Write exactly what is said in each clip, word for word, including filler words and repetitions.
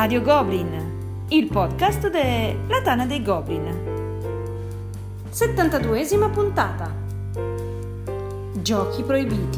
Radio Goblin, il podcast della Tana dei Goblin. settantaduesima puntata. Giochi proibiti.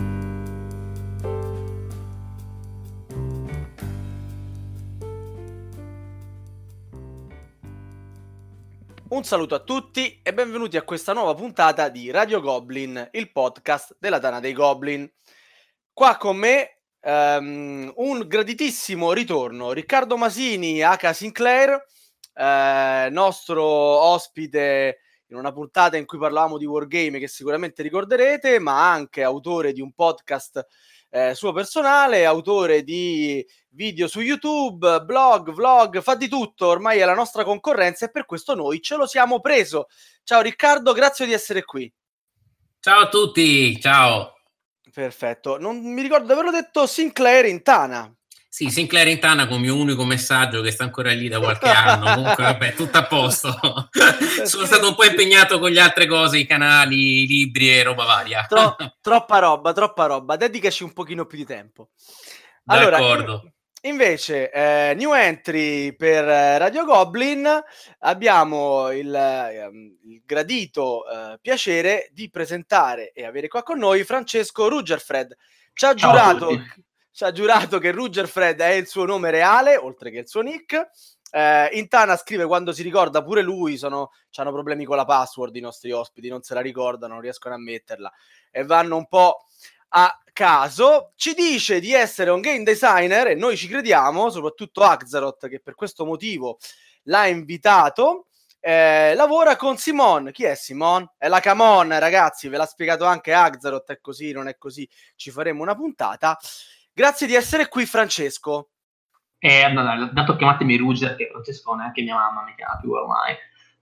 Un saluto a tutti e benvenuti a questa nuova puntata di Radio Goblin, il podcast della Tana dei Goblin. Qua con me um, un graditissimo ritorno, Riccardo Masini, aka Sinclair, eh, nostro ospite in una puntata in cui parlavamo di wargame che sicuramente ricorderete, ma anche autore di un podcast eh, suo personale, autore di video su YouTube, blog, vlog, fa di tutto, ormai è la nostra concorrenza e per questo noi ce lo siamo preso. Ciao Riccardo, grazie di essere qui. Ciao a tutti, ciao. Perfetto, non mi ricordo di averlo detto Sinclair in Tana. Sì, Sinclair in Tana con il mio unico messaggio che sta ancora lì da qualche anno, comunque vabbè, tutto a posto. Sono stato un po' impegnato con le altre cose, i canali, i libri e roba varia. Tro- troppa roba, troppa roba, dedicaci un pochino più di tempo. Allora, d'accordo. In- invece, eh, new entry per Radio Goblin, abbiamo il, eh, il gradito eh, piacere di presentare e avere qua con noi Francesco Rugerfred. Ci ha Ciao giurato... Ci ha giurato che Rugerfred è il suo nome reale, oltre che il suo nick. Eh, in Tana scrive quando si ricorda pure lui, sono, hanno problemi con la password i nostri ospiti, non se la ricordano, non riescono a metterla e vanno un po' a caso. Ci dice di essere un game designer e noi ci crediamo, soprattutto Axaroth che per questo motivo l'ha invitato. Eh, lavora con Simon. Chi è Simon? È la Camon, ragazzi, ve l'ha spiegato anche Axaroth, è così, non è così, ci faremo una puntata. Grazie di essere qui, Francesco. Eh, no, no, dato chiamatemi Ruger, che Francesco neanche mia mamma mi chiama più ormai.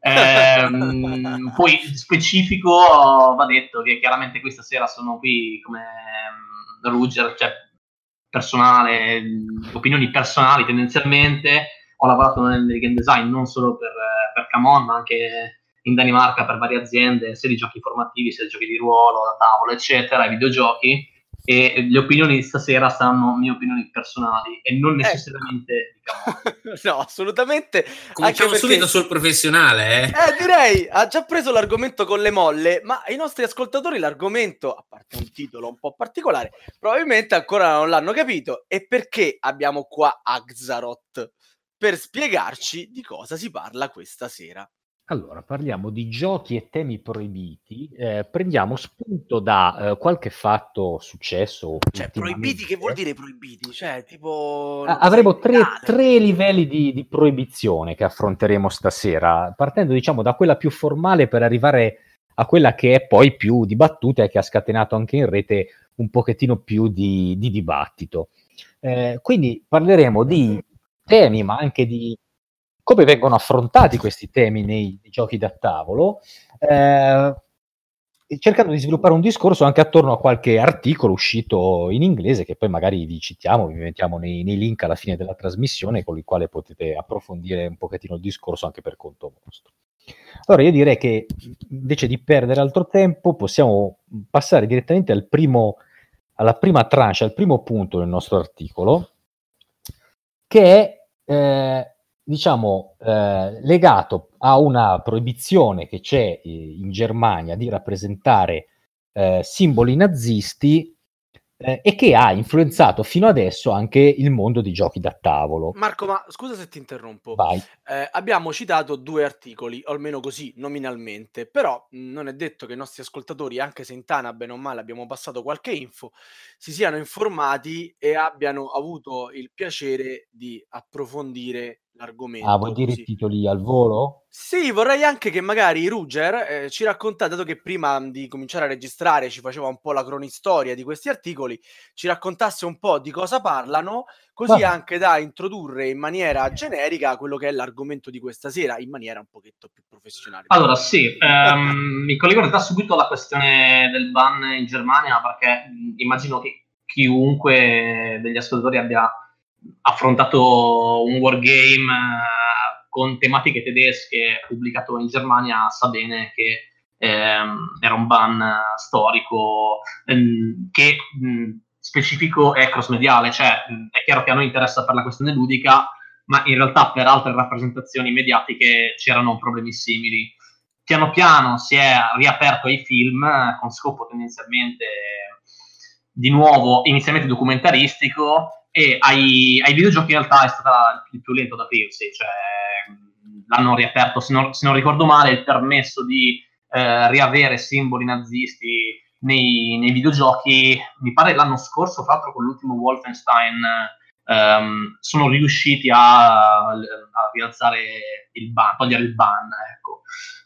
Eh, poi specifico va detto che chiaramente questa sera sono qui come um, Ruger, cioè personale, opinioni personali tendenzialmente. Ho lavorato nel game design non solo per, per Camon, ma anche in Danimarca per varie aziende, sia di giochi formativi, sia di giochi di ruolo, da tavolo, eccetera, e videogiochi. E le opinioni di stasera saranno mie opinioni personali e non necessariamente ecco. di Camon. No, assolutamente. Cominciamo perché, subito sul professionale, eh? Eh, direi, ha già preso l'argomento con le molle, ma i nostri ascoltatori l'argomento, a parte un titolo un po' particolare, probabilmente ancora non l'hanno capito. E perché abbiamo qua Axaroth? Per spiegarci di cosa si parla questa sera. Allora, parliamo di giochi e temi proibiti, eh, prendiamo spunto da eh, qualche fatto successo. Cioè, proibiti, che vuol dire proibiti? Cioè, tipo... Ah, avremo tre, tre livelli di, di proibizione che affronteremo stasera, partendo, diciamo, da quella più formale per arrivare a quella che è poi più dibattuta e che ha scatenato anche in rete un pochettino più di, di dibattito. Eh, quindi parleremo di temi, ma anche di come vengono affrontati questi temi nei, nei giochi da tavolo, eh, cercando di sviluppare un discorso anche attorno a qualche articolo uscito in inglese che poi magari vi citiamo, vi mettiamo nei, nei link alla fine della trasmissione con il quale potete approfondire un pochettino il discorso anche per conto vostro. Allora io direi che invece di perdere altro tempo possiamo passare direttamente al primo, alla prima tranche, al primo punto del nostro articolo, che è eh, diciamo, eh, legato a una proibizione che c'è eh, in Germania di rappresentare eh, simboli nazisti eh, e che ha influenzato fino adesso anche il mondo dei giochi da tavolo. Marco, ma scusa se ti interrompo. Vai. Eh, abbiamo citato due articoli, o almeno così, nominalmente, però mh, non è detto che i nostri ascoltatori, anche se in Tana, bene o male, abbiamo passato qualche info, si siano informati e abbiano avuto il piacere di approfondire l'argomento. Ah, vuoi dire così. I titoli al volo? Sì, vorrei anche che magari Ruger eh, ci raccontasse, dato che prima di cominciare a registrare ci faceva un po' la cronistoria di questi articoli, ci raccontasse un po' di cosa parlano, così Va. anche da introdurre in maniera generica quello che è l'argomento di questa sera, in maniera un pochetto più professionale. Allora, sì, ehm, mi collego in realtà subito alla questione del ban in Germania, perché mh, immagino che chiunque degli ascoltatori abbia affrontato un wargame eh, con tematiche tedesche pubblicato in Germania sa bene che ehm, era un ban storico ehm, che mh, specifico e cross mediale, cioè mh, è chiaro che a noi interessa per la questione ludica, ma in realtà per altre rappresentazioni mediatiche c'erano problemi simili. Piano piano si è riaperto ai film con scopo tendenzialmente di nuovo inizialmente documentaristico, e ai, ai videogiochi in realtà è stato il più lento ad aprirsi, cioè l'hanno riaperto, se non, se non ricordo male, il permesso di eh, riavere simboli nazisti nei, nei videogiochi, mi pare l'anno scorso, fra l'altro con l'ultimo Wolfenstein, um, sono riusciti a, a rialzare il ban, togliere il ban, ecco.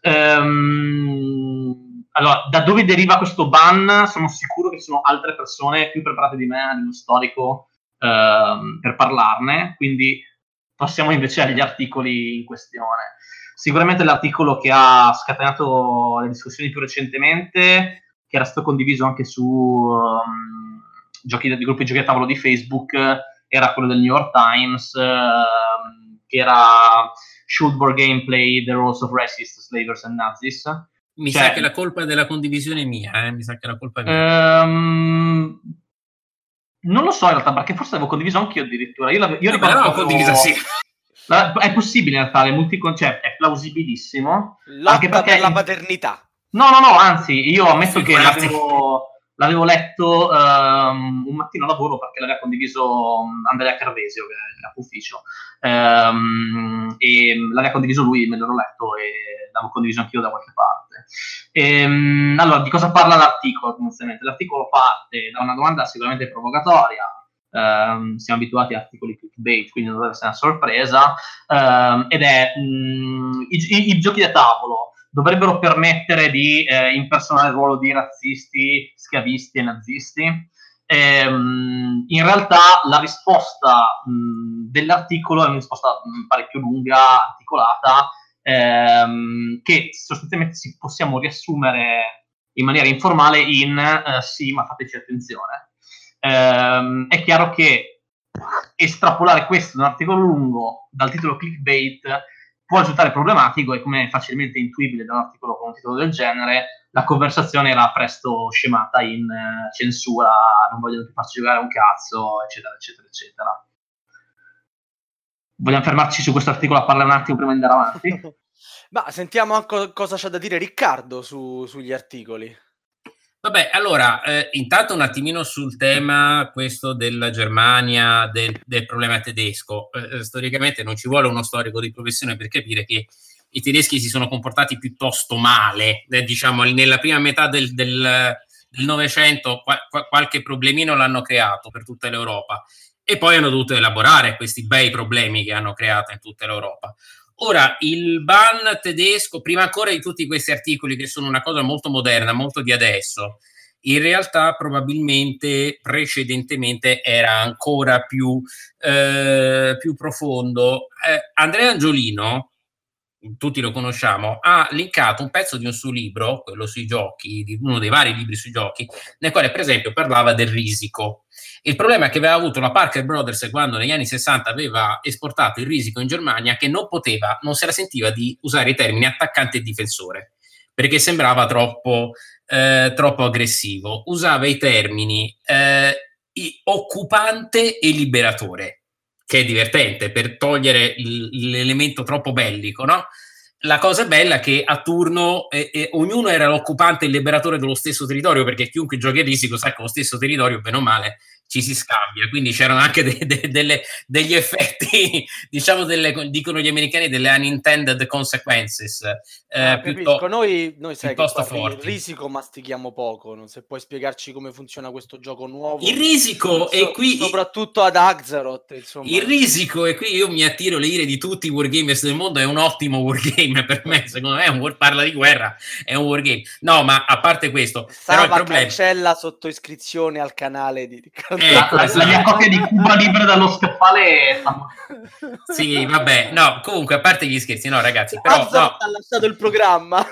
Um, allora, da dove deriva questo ban? Sono sicuro che ci sono altre persone più preparate di me a livello storico um, per parlarne, quindi passiamo invece agli articoli in questione. Sicuramente l'articolo che ha scatenato le discussioni più recentemente, che era stato condiviso anche su um, giochi di gruppi di giochi a tavolo di Facebook, era quello del New York Times, uh, che era Should Board Gameplay The Roles of Racists, Slavers and Nazis? Mi cioè, sa che la colpa della condivisione è mia, eh? Mi sa che la colpa è mia. Um, non lo so in realtà, perché forse l'avevo condiviso anch'io addirittura. Io l'avevo, io no, ricordo l'avevo condivisa, sì. La, è possibile in realtà, le multicon- cioè, è plausibilissimo. Lotta anche perché per la paternità. No, no, no, anzi, io ammetto sì, che l'avevo, l'avevo letto um, un mattino a lavoro, perché l'aveva condiviso Andrea Carvesio, che è il capo ufficio, um, e l'aveva condiviso lui, me l'ero letto e l'avevo condiviso anch'io da qualche parte. E, um, allora, di cosa parla l'articolo? L'articolo parte da una domanda sicuramente provocatoria. Um, siamo abituati a articoli clickbait, quindi non deve essere una sorpresa, um, ed è um, i, i, i giochi da tavolo dovrebbero permettere di eh, impersonare il ruolo di razzisti, schiavisti e nazisti. E, um, in realtà la risposta um, dell'articolo è una risposta um, parecchio lunga, articolata, ehm, che sostanzialmente si possiamo riassumere in maniera informale in uh, sì, ma fateci attenzione. Um, è chiaro che estrapolare questo da un articolo lungo dal titolo clickbait può risultare problematico, e come è facilmente intuibile da un articolo con un titolo del genere, la conversazione era presto scemata in uh, censura, non vogliono più farci giocare un cazzo, eccetera, eccetera, eccetera. Vogliamo fermarci su questo articolo a parlare un attimo prima di andare avanti? Ma sentiamo anche cosa c'ha da dire Riccardo su, sugli articoli. Vabbè, allora, eh, intanto un attimino sul tema questo della Germania, del, del problema tedesco. Eh, storicamente non ci vuole uno storico di professione per capire che i tedeschi si sono comportati piuttosto male, eh, diciamo, nella prima metà del, del, del Novecento qua, qua, qualche problemino l'hanno creato per tutta l'Europa, e poi hanno dovuto elaborare questi bei problemi che hanno creato in tutta l'Europa. Ora, il ban tedesco, prima ancora di tutti questi articoli che sono una cosa molto moderna, molto di adesso, in realtà probabilmente precedentemente era ancora più, eh, più profondo. Eh, Andrea Angiolino, tutti lo conosciamo, ha linkato un pezzo di un suo libro, quello sui giochi, di uno dei vari libri sui giochi, nel quale per esempio parlava del risico. Il problema che aveva avuto la Parker Brothers quando negli anni sessanta aveva esportato il risico in Germania, che non poteva, non se la sentiva di usare i termini attaccante e difensore, perché sembrava troppo, eh, troppo aggressivo. Usava i termini eh, occupante e liberatore, che è divertente per togliere l- l'elemento troppo bellico, no? La cosa bella è che a turno eh, eh, ognuno era l'occupante e il liberatore dello stesso territorio, perché chiunque giochi a risico sa che lo stesso territorio, bene o male, ci si scambia, quindi c'erano anche de- de- delle, degli effetti, diciamo, delle, dicono gli americani, delle unintended consequences. Eh, ah, piuttosto, noi, noi sai che qua, forti. Il risico mastichiamo poco, non se puoi spiegarci come funziona questo gioco nuovo. Il risico so, è qui... Soprattutto ad Axaroth, insomma. Il risico, e qui io mi attiro le ire di tutti i wargamers del mondo, è un ottimo wargame per me, secondo me è un war, parla di guerra, è un wargame. No, ma a parte questo, Sava, però il problema... cancella sotto iscrizione al canale di Riccardo. Eh, la, la, la mia copia di Cuba Libre dallo scaffale. Sì, vabbè, no, comunque a parte gli scherzi, no ragazzi, però no, ha lasciato il programma.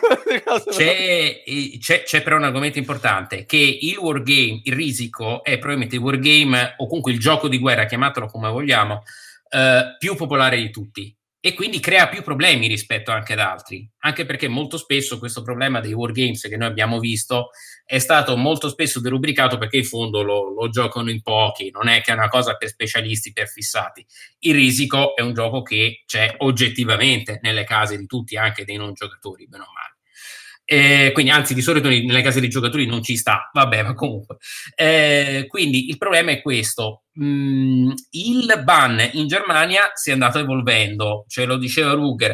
c'è, c'è, c'è però un argomento importante, che il wargame, il risico è probabilmente il wargame, o comunque il gioco di guerra, chiamatelo come vogliamo, eh, più popolare di tutti. e quindi crea più problemi rispetto anche ad altri, anche perché molto spesso questo problema dei wargames che noi abbiamo visto è stato molto spesso derubricato perché in fondo lo, lo giocano in pochi, non è che è una cosa per specialisti, per fissati. Il Risico è un gioco che c'è oggettivamente nelle case di tutti, anche dei non giocatori, bene o male. Eh, quindi anzi di solito nelle case dei giocatori non ci sta, vabbè, ma comunque eh, quindi il problema è questo. Mm, il ban in Germania si è andato evolvendo, ce lo diceva Ruger.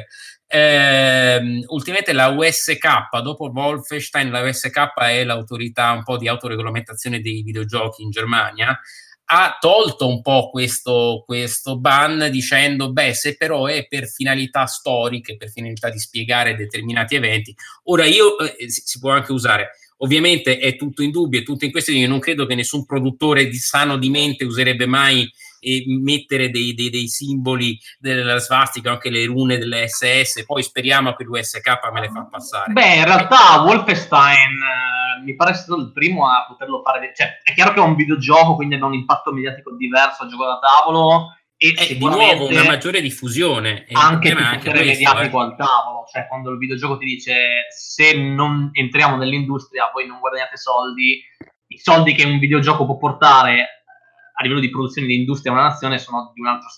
Eh, ultimamente la U S K, dopo Wolfenstein, la U S K è l'autorità un po' di autoregolamentazione dei videogiochi in Germania, ha tolto un po' questo, questo ban dicendo beh, se però è per finalità storiche, per finalità di spiegare determinati eventi, ora io eh, si, si può anche usare, ovviamente è tutto in dubbio, è tutto in questione, io non credo che nessun produttore di sano di mente userebbe mai eh, mettere dei, dei, dei simboli della svastica, anche le rune delle S S, poi speriamo che l'U S K me le fa passare. Beh, in realtà Wolfenstein eh, mi pare stato il primo a poterlo fare, cioè è chiaro che è un videogioco, quindi ha un impatto mediatico diverso al gioco da tavolo, e è di nuovo una maggiore diffusione, anche più anche potere questo, mediatico eh. al tavolo, cioè quando il videogioco ti dice se non entriamo nell'industria voi non guadagnate soldi, i soldi che un videogioco può portare a livello di produzione di industria a una nazione sono di un altro,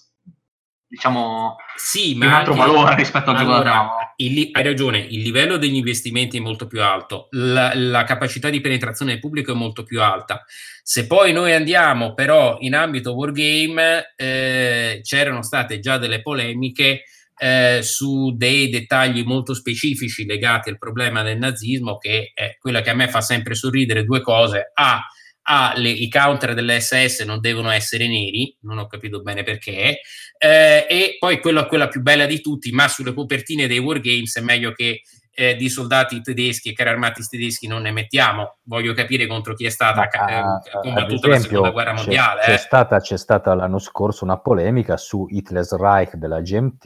diciamo, sì, di ma un altro anche, valore rispetto al allora, gioco da tavolo. Il, hai ragione, il livello degli investimenti è molto più alto, la, la capacità di penetrazione del pubblico è molto più alta. Se poi noi andiamo però in ambito wargame, eh, c'erano state già delle polemiche eh, su dei dettagli molto specifici legati al problema del nazismo, che è quella che a me fa sempre sorridere. Due cose: a Ah, le, i counter delle S S non devono essere neri, non ho capito bene perché, eh, e poi quella, quella più bella di tutti, ma sulle copertine dei wargames è meglio che eh, di soldati tedeschi e carri armati tedeschi non ne mettiamo. Voglio capire contro chi è stata Ma, eh, combattuta esempio, la seconda guerra mondiale. C'è, eh. c'è, stata, c'è stata l'anno scorso una polemica su Hitler's Reich della G M T,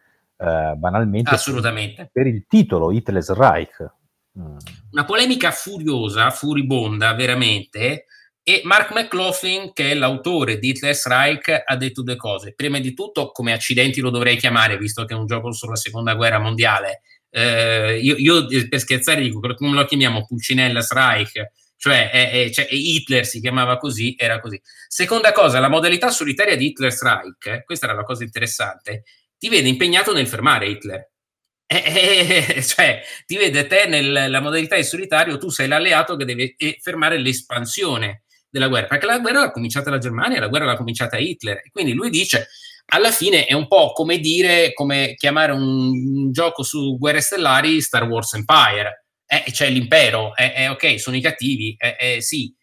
eh, banalmente assolutamente per, per il titolo Hitler's Reich. Mm. Una polemica furiosa, furibonda, veramente. E Mark McLaughlin, che è l'autore di Hitler's Reich, ha detto due cose. Prima di tutto, come accidenti lo dovrei chiamare, visto che è un gioco sulla seconda guerra mondiale. Eh, io, io per scherzare dico, come lo chiamiamo? Pulcinella's Reich, cioè, è, è, cioè Hitler si chiamava così, era così. Seconda cosa, la modalità solitaria di Hitler's Reich, eh, questa era la cosa interessante, ti vede impegnato nel fermare Hitler. Eh, eh, cioè ti vede te nella modalità di solitario, tu sei l'alleato che deve eh, fermare l'espansione della guerra, perché la guerra l'ha cominciata la Germania, la guerra l'ha cominciata Hitler, e quindi lui dice alla fine è un po' come dire, come chiamare un, un gioco su guerre stellari Star Wars Empire, eh, c'è l'impero, eh, eh, ok, sono i cattivi, eh, eh, sì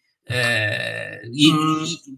eh, i, mm. i...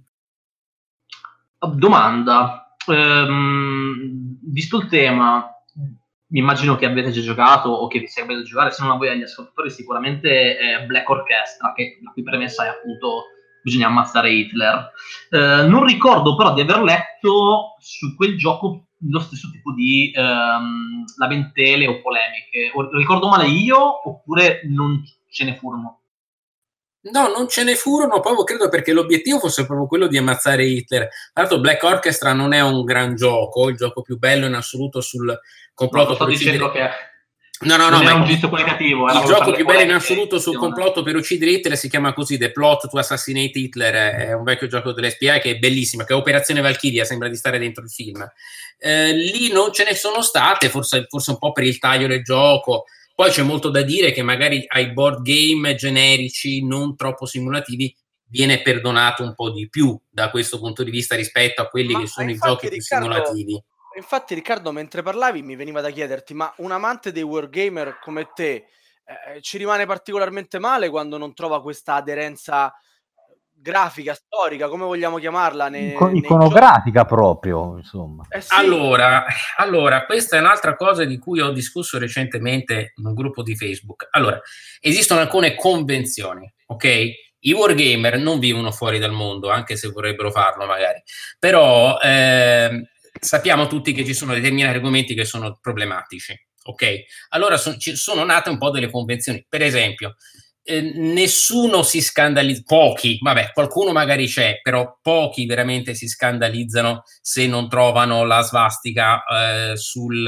Domanda, ehm, visto il tema, mi immagino che avete già giocato o che vi serve da giocare, se non a voi agli ascoltatori, sicuramente eh, Black Orchestra, che la cui premessa è appunto bisogna ammazzare Hitler. Eh, non ricordo però di aver letto su quel gioco lo stesso tipo di ehm, lamentele o polemiche. O, ricordo male io oppure non ce ne furono? No, non ce ne furono, proprio credo perché l'obiettivo fosse proprio quello di ammazzare Hitler. Tra l'altro Black Orchestra non è un gran gioco, il gioco più bello in assoluto sul complotto. No, sto per dicendo uccidere... che No, no, no, non ma è un giudizio qualitativo. Il gioco più bello in polemiche, assoluto sul complotto per uccidere Hitler si chiama così, The Plot to Assassinate Hitler, è un vecchio gioco dell'F B I che è bellissimo, che è Operazione Valchiria, sembra di stare dentro il film. Eh, lì non ce ne sono state, forse, forse un po' per il taglio del gioco. Poi c'è molto da dire che magari ai board game generici, non troppo simulativi, viene perdonato un po' di più da questo punto di vista rispetto a quelli ma, che sono i infatti, giochi più Riccardo, simulativi. Infatti Riccardo, mentre parlavi mi veniva da chiederti, ma un amante dei wargamer come te eh, ci rimane particolarmente male quando non trova questa aderenza grafica, storica, come vogliamo chiamarla? Nei, Icon- iconografica proprio, insomma. Eh sì. Allora, allora, questa è un'altra cosa di cui ho discusso recentemente in un gruppo di Facebook. Allora, esistono alcune convenzioni, ok? I wargamer non vivono fuori dal mondo, anche se vorrebbero farlo magari, però eh, sappiamo tutti che ci sono determinati argomenti che sono problematici, ok? Allora so, ci sono nate un po' delle convenzioni. Per esempio, eh, nessuno si scandalizza, pochi, vabbè, qualcuno magari c'è, però pochi veramente si scandalizzano se non trovano la svastica eh, sul,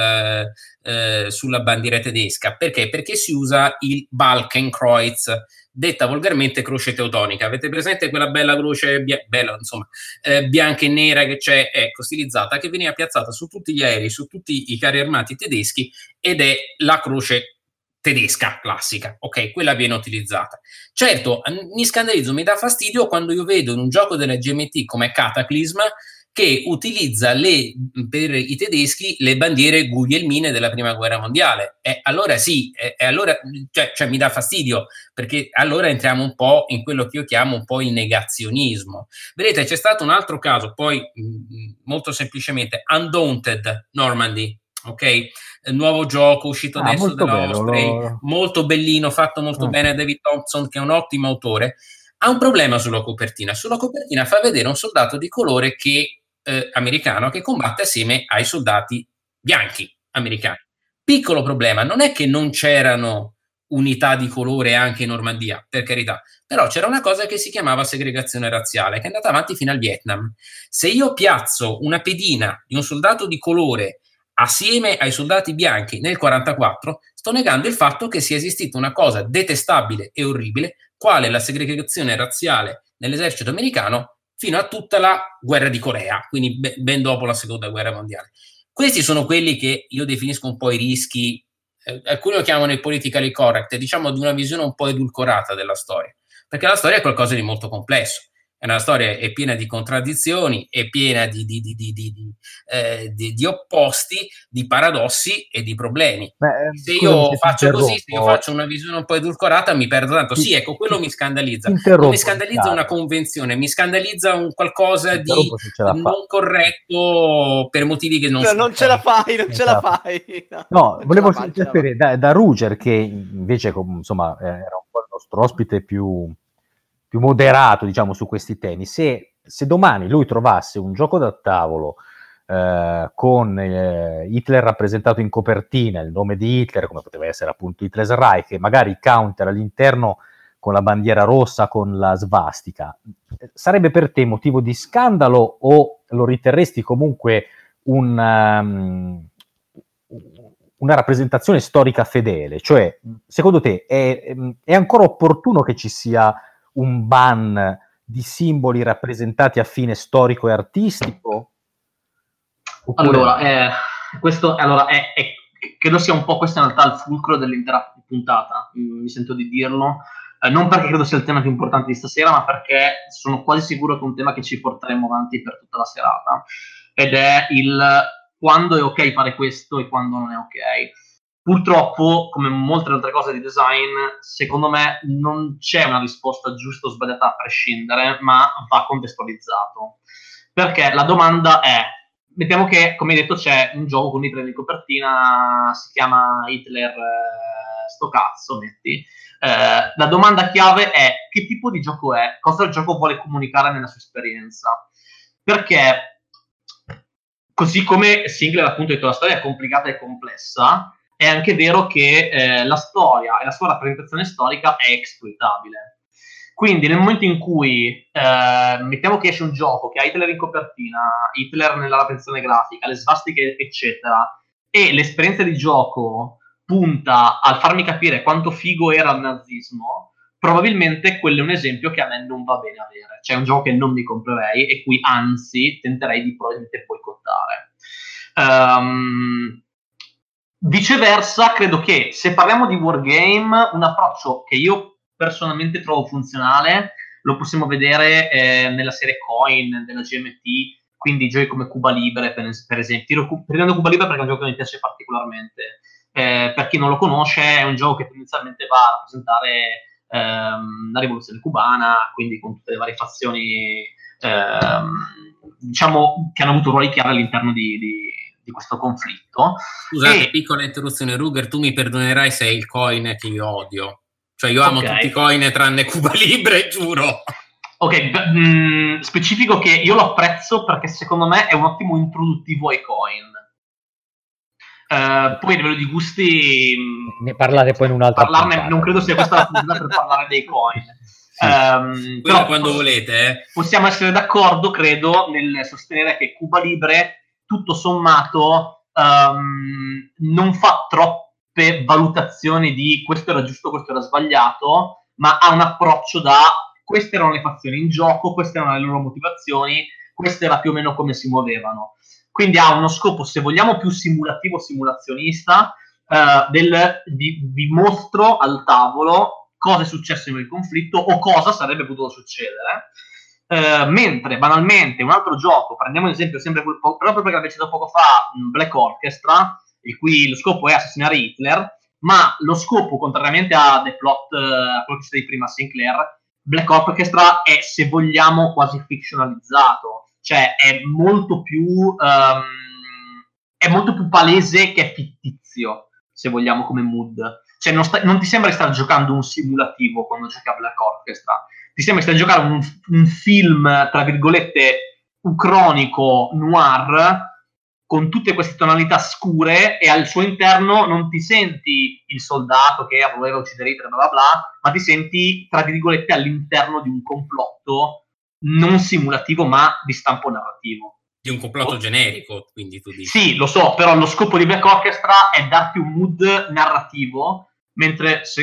eh, sulla bandiera tedesca. Perché? Perché si usa il Balkenkreuz, detta volgarmente croce teutonica. Avete presente quella bella croce, bia- bella, insomma, eh, bianca e nera che c'è, ecco, stilizzata, che veniva piazzata su tutti gli aerei, su tutti i carri armati tedeschi, ed è la croce tedesca classica, ok? Quella viene utilizzata. Certo, mi scandalizzo, mi dà fastidio quando io vedo in un gioco della G M T come Cataclysm che utilizza le, per i tedeschi le bandiere guglielmine della prima guerra mondiale. E allora sì, e, e allora cioè, cioè mi dà fastidio, perché allora entriamo un po' in quello che io chiamo un po' il negazionismo. Vedete, c'è stato un altro caso, poi mh, molto semplicemente, Undaunted Normandy, ok? Il nuovo gioco uscito ah, adesso molto dalla bello, Osprey, lo... molto bellino, fatto molto eh. bene, David Thompson, che è un ottimo autore. Ha un problema sulla copertina. Sulla copertina fa vedere un soldato di colore che, eh, americano che combatte assieme ai soldati bianchi americani. Piccolo problema, non è che non c'erano unità di colore anche in Normandia, per carità, però c'era una cosa che si chiamava segregazione razziale, che è andata avanti fino al Vietnam. Se io piazzo una pedina di un soldato di colore assieme ai soldati bianchi nel quarantaquattro, sto negando il fatto che sia esistita una cosa detestabile e orribile, quale la segregazione razziale nell'esercito americano fino a tutta la guerra di Corea, quindi ben dopo la seconda guerra mondiale. Questi sono quelli che io definisco un po' i rischi, eh, alcuni lo chiamano il politically correct, diciamo di una visione un po' edulcorata della storia, perché la storia è qualcosa di molto complesso. È una storia è piena di contraddizioni, è piena di, di, di, di, di, di, eh, di, di opposti, di paradossi e di problemi. Beh, se scusami, io se faccio così, se io interrompo. faccio una visione un po' edulcorata, mi perdo tanto. Ti, sì, ecco, quello ti, mi scandalizza. Non mi scandalizza una convenzione, mi scandalizza un qualcosa di non corretto per motivi che non no, sono. Non ce la fai, non ce la fai. No, no volevo sapere da, da Ruger, che invece insomma era un po' il nostro ospite più... più moderato, diciamo, su questi temi. Se, se domani lui trovasse un gioco da tavolo eh, con eh, Hitler rappresentato in copertina, il nome di Hitler, come poteva essere appunto Hitler's Reich, e magari il counter all'interno con la bandiera rossa, con la svastica, sarebbe per te motivo di scandalo o lo riterresti comunque un, um, una rappresentazione storica fedele? Cioè, secondo te è, è ancora opportuno che ci sia un ban di simboli rappresentati a fine storico e artistico? Oppure... Allora, eh, questo allora, è, è, credo sia un po' questo in realtà il fulcro dell'intera puntata, mi sento di dirlo, eh, non perché credo sia il tema più importante di stasera, ma perché sono quasi sicuro che è un tema che ci porteremo avanti per tutta la serata, ed è il quando è ok fare questo e quando non è ok. Purtroppo, come molte altre cose di design, secondo me non c'è una risposta giusta o sbagliata a prescindere, ma va contestualizzato. Perché la domanda è, mettiamo che, come hai detto, c'è un gioco con Hitler di copertina, si chiama Hitler eh, sto cazzo, metti. Eh, la domanda chiave è, che tipo di gioco è? Cosa il gioco vuole comunicare nella sua esperienza? Perché, così come Sinclair appunto ha detto, la storia è complicata e complessa, è anche vero che eh, la storia e la sua rappresentazione storica è exploitabile. Quindi nel momento in cui eh, mettiamo che esce un gioco che ha Hitler in copertina, Hitler nella rappresentazione grafica, le svastiche eccetera, e l'esperienza di gioco punta al farmi capire quanto figo era il nazismo, probabilmente quello è un esempio che a me non va bene avere. Cioè è un gioco che non mi comprerei e cui anzi tenterei di probabilmente boicottare. Um, Viceversa, credo che se parliamo di wargame, un approccio che io personalmente trovo funzionale lo possiamo vedere eh, nella serie Coin della G M T, quindi giochi come Cuba Libre per, per esempio. Prendendo Cuba Libre perché è un gioco che mi piace particolarmente, eh, per chi non lo conosce è un gioco che tendenzialmente va a rappresentare ehm, la rivoluzione cubana, quindi con tutte le varie fazioni ehm, diciamo che hanno avuto ruoli chiave all'interno di, di di questo conflitto. Scusate, e... piccola interruzione, Ruger, tu mi perdonerai se è il coin che io odio. Cioè io amo okay. tutti i coin tranne Cuba Libre, giuro. Ok, b- mh, specifico che io lo apprezzo perché secondo me è un ottimo introduttivo ai coin. Uh, poi a livello di gusti ne parlate poi in un'altra parlarne, puntata. Non credo sia questa la puntata per parlare dei coin. Sì. Um, però quando volete eh. possiamo essere d'accordo, credo, nel sostenere che Cuba Libre tutto sommato um, non fa troppe valutazioni di questo era giusto, questo era sbagliato, ma ha un approccio da queste erano le fazioni in gioco, queste erano le loro motivazioni, questo era più o meno come si muovevano. Quindi ha uno scopo, se vogliamo, più simulativo, simulazionista, uh, del, di, vi mostro al tavolo cosa è successo nel conflitto o cosa sarebbe potuto succedere. Uh, mentre, banalmente, un altro gioco, prendiamo l'esempio sempre quel po- proprio perché l'abbiamo citato poco fa, Black Orchestra, il cui lo scopo è assassinare Hitler, ma lo scopo, contrariamente a The Plot, uh, a quello che si di prima Sinclair, Black Orchestra è, se vogliamo, quasi fictionalizzato. Cioè è molto più um, è molto più palese che è fittizio, se vogliamo, come mood. Cioè non, sta, non ti sembra di stare giocando un simulativo quando giochi a Black Orchestra, ti sembra di stare giocando un, un film, tra virgolette, ucronico, noir, con tutte queste tonalità scure, e al suo interno non ti senti il soldato che voleva uccidere Hitler, bla bla bla, ma ti senti, tra virgolette, all'interno di un complotto non simulativo ma di stampo narrativo. Di un complotto oh. generico, quindi tu dici. Sì, lo so, però lo scopo di Black Orchestra è darti un mood narrativo, mentre se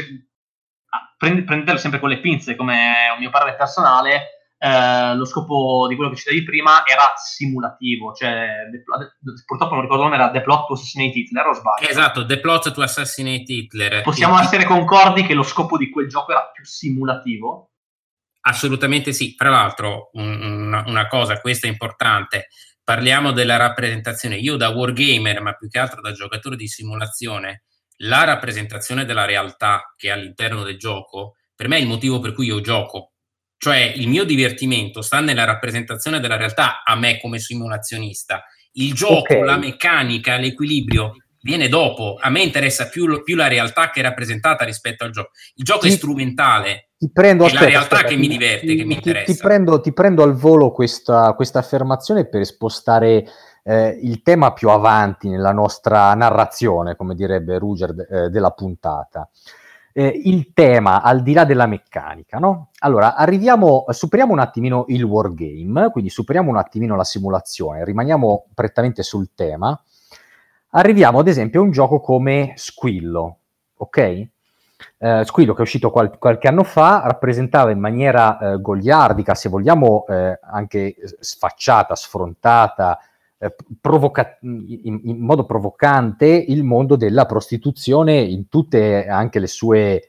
ah, prendi, prendetelo sempre con le pinze, come un mio parere personale, eh, lo scopo di quello che citavi prima era simulativo, cioè the, purtroppo non ricordo come era The Plot to Assassinate Hitler, o sbaglio? Esatto, The Plot to Assassinate Hitler. Possiamo il... essere concordi che lo scopo di quel gioco era più simulativo? Assolutamente sì. Tra l'altro, un, una cosa, questa è importante, parliamo della rappresentazione. Io da wargamer, ma più che altro da giocatore di simulazione, la rappresentazione della realtà che è all'interno del gioco, per me è il motivo per cui io gioco. Cioè il mio divertimento sta nella rappresentazione della realtà a me come simulazionista. Il gioco, okay. La meccanica, l'equilibrio viene dopo. A me interessa più, più la realtà che è rappresentata rispetto al gioco. Il gioco ti, è strumentale. Ti prendo, è aspetta, la realtà aspetta, che ti, mi diverte, ti, che mi ti, interessa. Ti prendo, ti prendo al volo questa, questa affermazione per spostare eh, il tema più avanti nella nostra narrazione, come direbbe Ruger, eh, della puntata. Eh, il tema al di là della meccanica, no? Allora, arriviamo, superiamo un attimino il wargame, quindi superiamo un attimino la simulazione, rimaniamo prettamente sul tema. Arriviamo ad esempio a un gioco come Squillo, ok? Uh, Squillo, che è uscito qual- qualche anno fa, rappresentava in maniera uh, goliardica, se vogliamo uh, anche sfacciata, sfrontata, uh, provoca- in-, in modo provocante il mondo della prostituzione in tutte anche le sue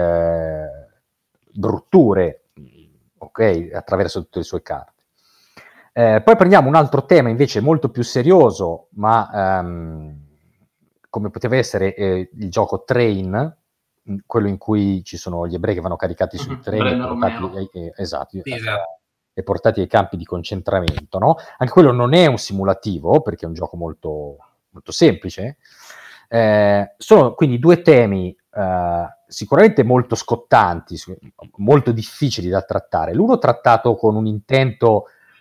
uh, brutture, ok? Attraverso tutte le sue carte. Uh, poi prendiamo un altro tema invece molto più serioso, ma um, come poteva essere eh, il gioco Train, quello in cui ci sono gli ebrei che vanno caricati sui treni e portati, eh, esatto, sì, esatto. e portati ai campi di concentramento, no? Anche quello non è un simulativo, perché è un gioco molto, molto semplice. Eh, sono quindi due temi eh, sicuramente molto scottanti, molto difficili da trattare. L'uno trattato con un intento,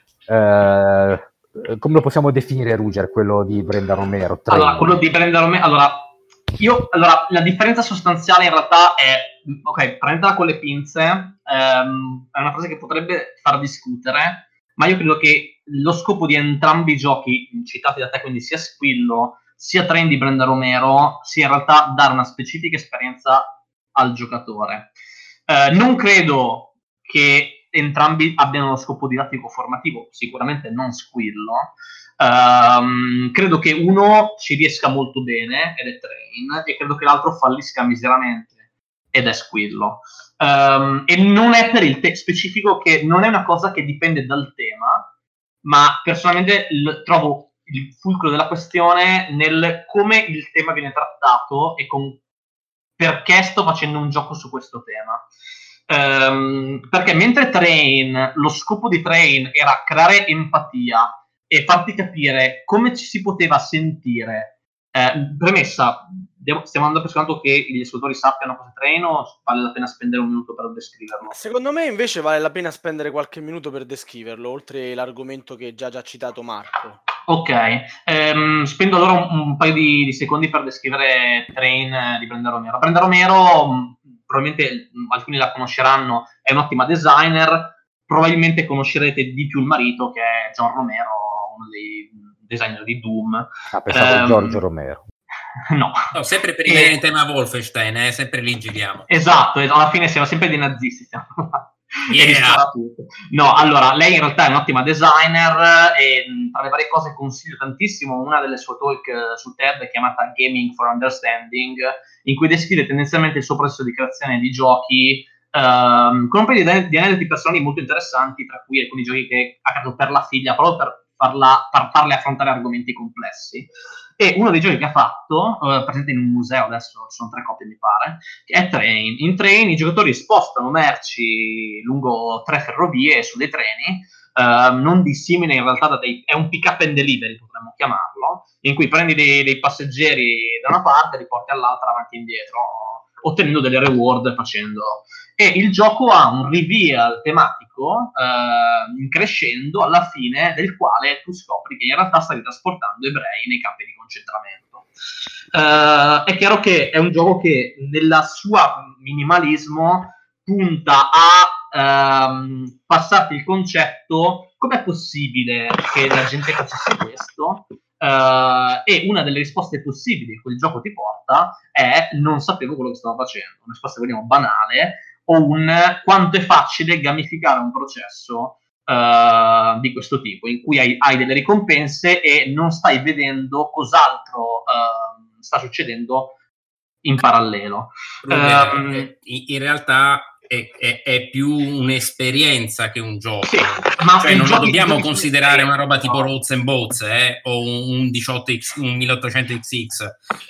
eh, come lo possiamo definire, Ruger, quello di Brenda Romero? Train. Allora, quello di Brenda Romero, allora... Io, allora, la differenza sostanziale in realtà è, ok, prendetela con le pinze, ehm, è una cosa che potrebbe far discutere, ma io credo che lo scopo di entrambi i giochi citati da te, quindi sia Squillo, sia Train di Brenda Romero, sia in realtà dare una specifica esperienza al giocatore. Eh, non credo che entrambi abbiano lo scopo didattico formativo, sicuramente non Squillo. Um, credo che uno ci riesca molto bene ed è Train, e credo che l'altro fallisca miseramente ed è Squillo. Um, e non è per il te- specifico, che non è una cosa che dipende dal tema, ma personalmente l- trovo il fulcro della questione nel come il tema viene trattato e con perché sto facendo un gioco su questo tema. Um, perché mentre Train, lo scopo di Train era creare empatia e farti capire come ci si poteva sentire. Eh, premessa, devo, stiamo andando per scontato che gli ascoltatori sappiano cosa Train, o vale la pena spendere un minuto per descriverlo? Secondo me invece vale la pena spendere qualche minuto per descriverlo, oltre l'argomento che già già citato Marco. Ok, ehm, spendo allora un, un paio di, di secondi per descrivere Train eh, di Brenda Romero. Brenda Romero, mh, probabilmente mh, alcuni la conosceranno, è un'ottima designer, probabilmente conoscerete di più il marito che è John Romero, uno dei designer di Doom. Ah, pensavo Ehm, Giorgio Romero. No. No, sempre per E- rimanere in tema Wolfenstein, eh, sempre lì giriamo. Esatto, es- alla fine siamo sempre dei nazisti. Stiamo... Yeah. e dispara tutto. No, allora, lei in realtà è un'ottima designer e mh, tra le varie cose consiglio tantissimo una delle sue talk eh, su TED chiamata Gaming for Understanding, in cui descrive tendenzialmente il suo processo di creazione di giochi ehm, con un paio di, di aneddoti personali molto interessanti, tra cui alcuni giochi che ha creato per la figlia, proprio per, farla, per farle affrontare argomenti complessi. E uno dei giochi che ha fatto, eh, presente in un museo, adesso ci sono tre copie mi pare, è Train. In Train i giocatori spostano merci lungo tre ferrovie su dei treni, eh, non dissimile in realtà da dei... è un pick up and delivery potremmo chiamarlo, in cui prendi dei, dei passeggeri da una parte e li porti all'altra avanti e indietro, ottenendo delle reward facendo... E il gioco ha un reveal tematico eh, crescendo alla fine del quale tu scopri che in realtà stavi trasportando ebrei nei campi di concentramento. Uh, è chiaro che è un gioco che nella sua minimalismo punta a um, passarti il concetto: com'è possibile che la gente facesse questo? Uh, e una delle risposte possibili che il gioco ti porta è: non sapevo quello che stavo facendo. Una risposta, vogliamo, banale, o un quanto è facile gamificare un processo uh, di questo tipo, in cui hai, hai delle ricompense e non stai vedendo cos'altro uh, sta succedendo in parallelo. Um, um, in realtà è, è, è più un'esperienza che un gioco, sì, ma cioè non lo giochi, dobbiamo giochi considerare una roba tipo no. Roads and Boats eh, o un, un diciotto X, un milleottocento X X.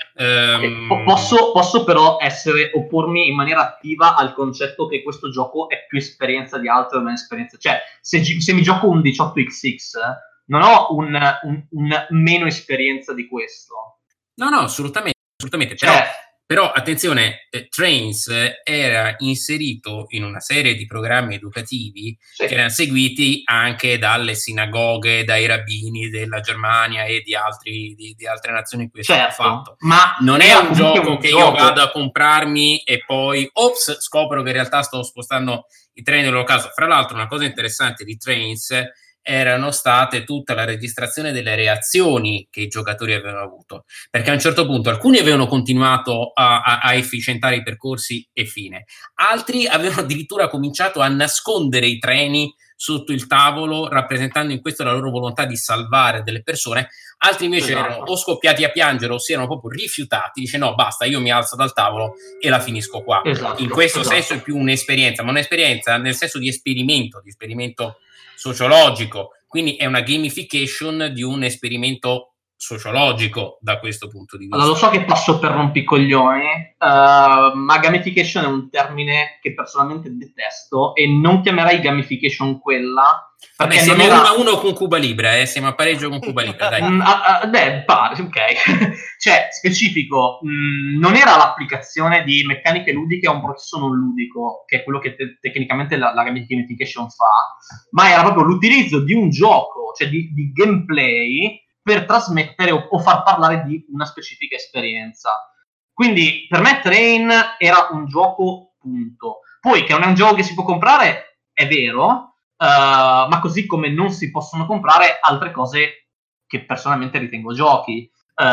Um, posso, posso però essere oppormi in maniera attiva al concetto che questo gioco è più esperienza di altro, non esperienza. Cioè, se, se mi gioco un diciotto X X non ho un, un, un meno esperienza di questo. No, no, assolutamente, assolutamente. Cioè, però, però attenzione, eh, Trains era inserito in una serie di programmi educativi sì. che erano seguiti anche dalle sinagoghe, dai rabbini della Germania e di, altri, di, di altre nazioni in cui è certo, stato fatto. Ma non è un gioco un che gioco. io vado a comprarmi e poi, ops, scopro che in realtà sto spostando i treni nel loro caso. Fra l'altro, una cosa interessante di Trains erano state tutta la registrazione delle reazioni che i giocatori avevano avuto, perché a un certo punto alcuni avevano continuato a, a, a efficientare i percorsi e fine, altri avevano addirittura cominciato a nascondere i treni sotto il tavolo, rappresentando in questo la loro volontà di salvare delle persone, altri invece esatto. erano o scoppiati a piangere o si erano proprio rifiutati, dice no basta, io mi alzo dal tavolo e la finisco qua. Esatto, in questo esatto. senso è più un'esperienza, ma un'esperienza nel senso di esperimento, di esperimento sociologico, quindi è una gamification di un esperimento sociologico da questo punto di vista. Allora, lo so che passo per rompicoglioni, uh, ma gamification è un termine che personalmente detesto e non chiamerei gamification quella. Vabbè, siamo era... uno a uno con Cuba Libra, eh? Siamo a pareggio con Cuba Libra, dai. Mm, uh, uh, beh, pare, ok. Cioè, specifico, mh, non era l'applicazione di meccaniche ludiche a un processo non ludico, che è quello che te- tecnicamente la, la gamification fa, ma era proprio l'utilizzo di un gioco, cioè di, di gameplay, per trasmettere o, o far parlare di una specifica esperienza. Quindi, per me Train era un gioco, punto. Poi, che non è un gioco che si può comprare, è vero, Uh, ma così come non si possono comprare altre cose che personalmente ritengo giochi,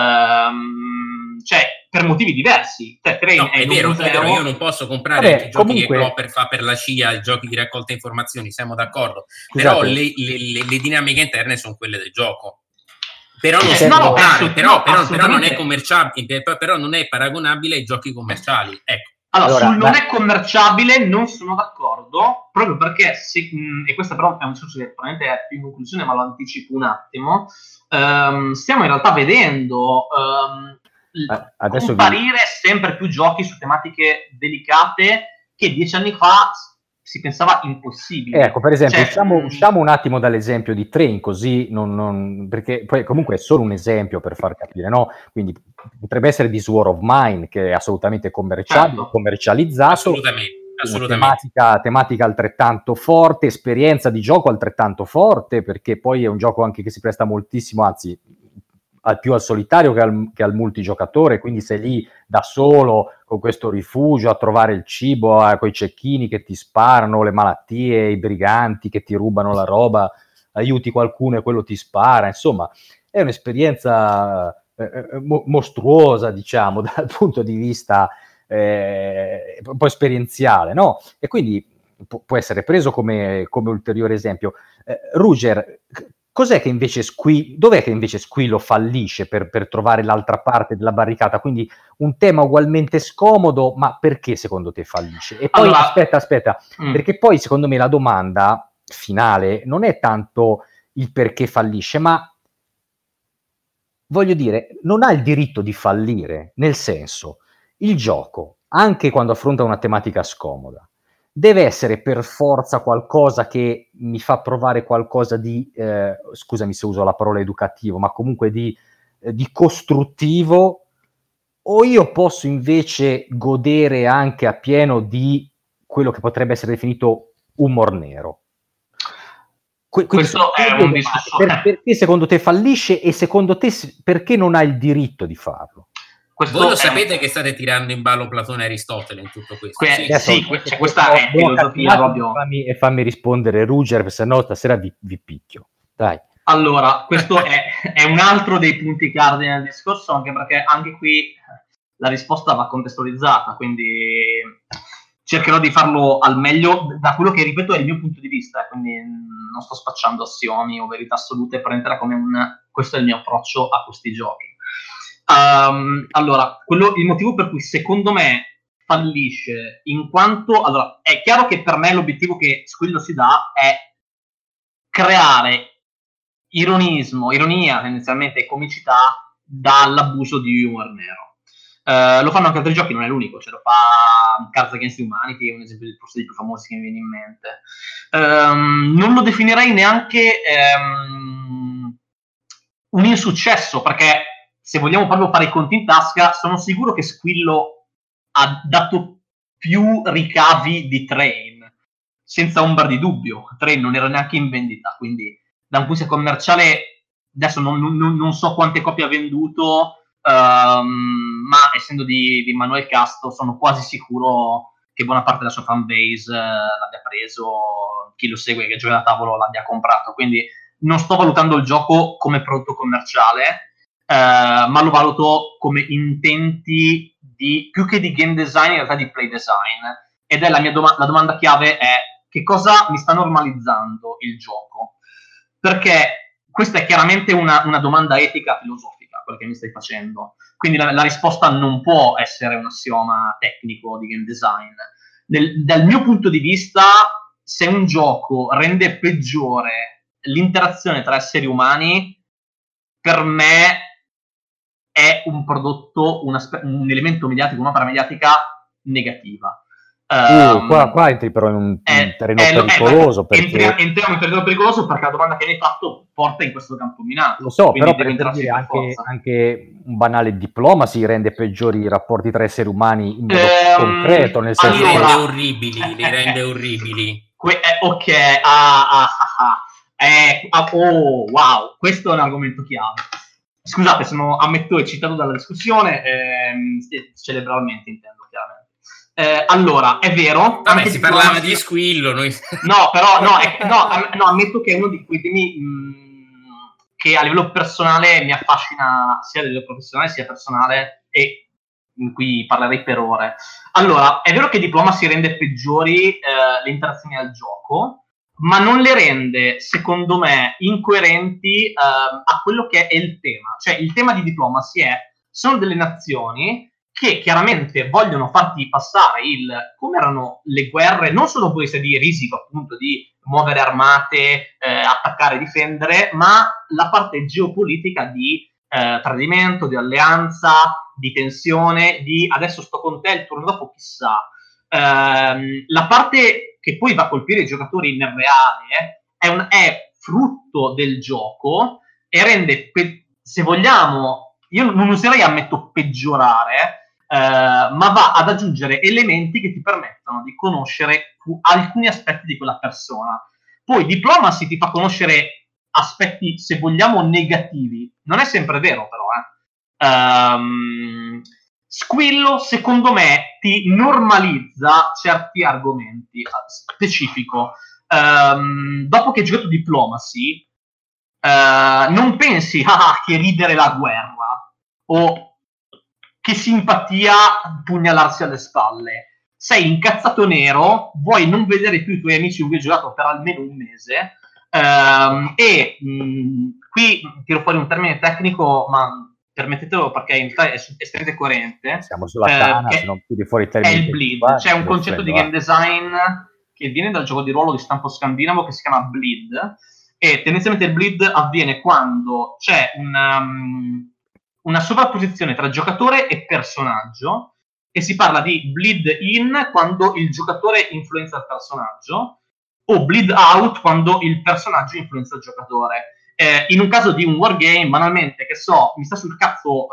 uh, cioè per motivi diversi. Cioè, Train no, è, è vero, museo... è vero, io non posso comprare Vabbè, i giochi comunque... che Clopper fa per la C I A, i giochi di raccolta informazioni, siamo d'accordo, però le, le, le, le dinamiche interne sono quelle del gioco. Però non, eh, no, no, comprare, no, però, però, però non è assolutamente. commerciabile, però non è paragonabile ai giochi commerciali, ecco. Allora, Allora, sul non ma... è commerciabile non sono d'accordo, proprio perché, se, mh, e questo però è un discorso che probabilmente è più in conclusione, ma lo anticipo un attimo, um, stiamo in realtà vedendo um, Adesso comparire vi... sempre più giochi su tematiche delicate che dieci anni fa si pensava impossibile. Ecco, per esempio, cioè, usciamo, mh... usciamo un attimo dall'esempio di Train, così non, non, perché poi comunque è solo un esempio per far capire, no? Quindi potrebbe essere This War of Mine, che è assolutamente commerciali, certo. commercializzato, assolutamente, tematica, tematica altrettanto forte, esperienza di gioco altrettanto forte, perché poi è un gioco anche che si presta moltissimo, anzi al più al solitario che al, che al multigiocatore, quindi sei lì da solo con questo rifugio a trovare il cibo, con i cecchini che ti sparano, le malattie, i briganti che ti rubano la roba, aiuti qualcuno e quello ti spara, insomma è un'esperienza eh, mo- mostruosa, diciamo, dal punto di vista eh, un po' esperienziale, no? E quindi pu- può essere preso come, come ulteriore esempio. Eh, Ruger, cos'è che invece Squillo, dov'è che invece Squillo fallisce per, per trovare l'altra parte della barricata? Quindi un tema ugualmente scomodo, ma perché secondo te fallisce? E poi allora, aspetta, aspetta, mm. perché poi secondo me la domanda finale non è tanto il perché fallisce, ma voglio dire, non ha il diritto di fallire, nel senso, il gioco, anche quando affronta una tematica scomoda, deve essere per forza qualcosa che mi fa provare qualcosa di, eh, scusami se uso la parola educativo, ma comunque di, eh, di costruttivo, o io posso invece godere anche appieno di quello che potrebbe essere definito humor nero? Quindi, questo è un discorso per, perché secondo te fallisce e secondo te perché non ha il diritto di farlo? Questo Voi lo sapete un... che state tirando in ballo Platone e Aristotele in tutto questo? Que- sì, adesso, sì que- cioè, questa è filosofia proprio. E fammi, e fammi rispondere, Ruger, se no stasera vi, vi picchio. Dai. Allora, questo è, è un altro dei punti cardine del discorso, anche perché anche qui la risposta va contestualizzata, quindi cercherò di farlo al meglio da quello che, ripeto, è il mio punto di vista, quindi non sto spacciando assiomi o verità assolute, prenderla come un questo è il mio approccio a questi giochi. Um, allora, quello, il motivo per cui secondo me fallisce, in quanto, allora, è chiaro che per me l'obiettivo che Squillo si dà è creare ironismo, ironia tendenzialmente e comicità dall'abuso di humor nero. Uh, lo fanno anche altri giochi, non è l'unico, ce lo fa Cards Against Humanity, è un esempio forse dei più famosi che mi viene in mente. Um, non lo definirei neanche um, un insuccesso, perché se vogliamo proprio fare i conti in tasca, sono sicuro che Squillo ha dato più ricavi di Train, senza ombra di dubbio. Train non era neanche in vendita, quindi da un punto di vista commerciale adesso non, non, non so quante copie ha venduto, Um, ma essendo di, di Manuel Casto sono quasi sicuro che buona parte della sua fanbase uh, l'abbia preso, chi lo segue, che gioca da tavolo l'abbia comprato, quindi non sto valutando il gioco come prodotto commerciale, uh, ma lo valuto come intenti di, più che di game design, in realtà di play design, ed è la mia doma- la domanda chiave è: che cosa mi sta normalizzando il gioco? Perché questa è chiaramente una, una domanda etica filosofica, quel che mi stai facendo, quindi la, la risposta non può essere un assioma tecnico di game design. Nel, dal mio punto di vista, se un gioco rende peggiore l'interazione tra esseri umani, per me è un prodotto, un, aspe- un elemento mediatico, un'opera mediatica negativa. Uh, um, qua, qua entri però in un, è, un terreno è, pericoloso. È, perché... entriamo, entriamo in un terreno pericoloso perché la domanda che mi hai fatto porta in questo campo minato. Lo so, però per dire anche, anche un banale diploma si rende peggiori i rapporti tra esseri umani in modo um, concreto, nel senso allora, che... li rende orribili, li rende orribili. Que- eh, ok, ah, ah, ah, eh, ah, oh, wow, questo è un argomento chiave. Scusate, sono, ammetto, eccitato dalla discussione, ehm, cerebralmente intendo, chiaramente. Eh, allora, è vero. Vabbè, si parlava di Squillo. Noi... No, però, no, è, no, am- no, ammetto che è uno di quei temi mh, che a livello personale mi affascina, sia a livello professionale sia personale, e in cui parlerei per ore. Allora, è vero che Diploma si rende peggiori eh, le interazioni al gioco, ma non le rende, secondo me, incoerenti eh, a quello che è il tema. Cioè, il tema di Diplomacy è, sono delle nazioni che chiaramente vogliono farti passare il come erano le guerre, non solo poi se di risico, appunto, di muovere armate, eh, attaccare, difendere, ma la parte geopolitica di eh, tradimento, di alleanza, di tensione, di adesso sto con te, il turno dopo chissà. Eh, la parte che poi va a colpire i giocatori nel reale è, un, è frutto del gioco e rende, pe- se vogliamo, io non userei ammetto peggiorare, ma va ad aggiungere elementi che ti permettono di conoscere alcuni aspetti di quella persona. Poi Diplomacy ti fa conoscere aspetti, se vogliamo, negativi. Non è sempre vero, però. Eh. Um, Squillo, secondo me, ti normalizza certi argomenti. Specifico. Um, dopo che hai giocato Diplomacy, uh, non pensi, ah, che ridere la guerra, o che simpatia pugnalarsi alle spalle. Sei incazzato nero, vuoi non vedere più i tuoi amici con cui hai giocato per almeno un mese, ehm, e mh, qui tiro fuori un termine tecnico, ma permettetelo perché in realtà è estremamente coerente. Siamo sulla Tana, eh, se non tiri fuori il termine. È il bleed, qua, c'è un concetto di game design che viene dal gioco di ruolo di stampo scandinavo che si chiama bleed, e tendenzialmente il bleed avviene quando c'è un... Um, una sovrapposizione tra giocatore e personaggio, e si parla di bleed in quando il giocatore influenza il personaggio, o bleed out quando il personaggio influenza il giocatore. Eh, in un caso di un wargame, banalmente, che so, mi sta sul cazzo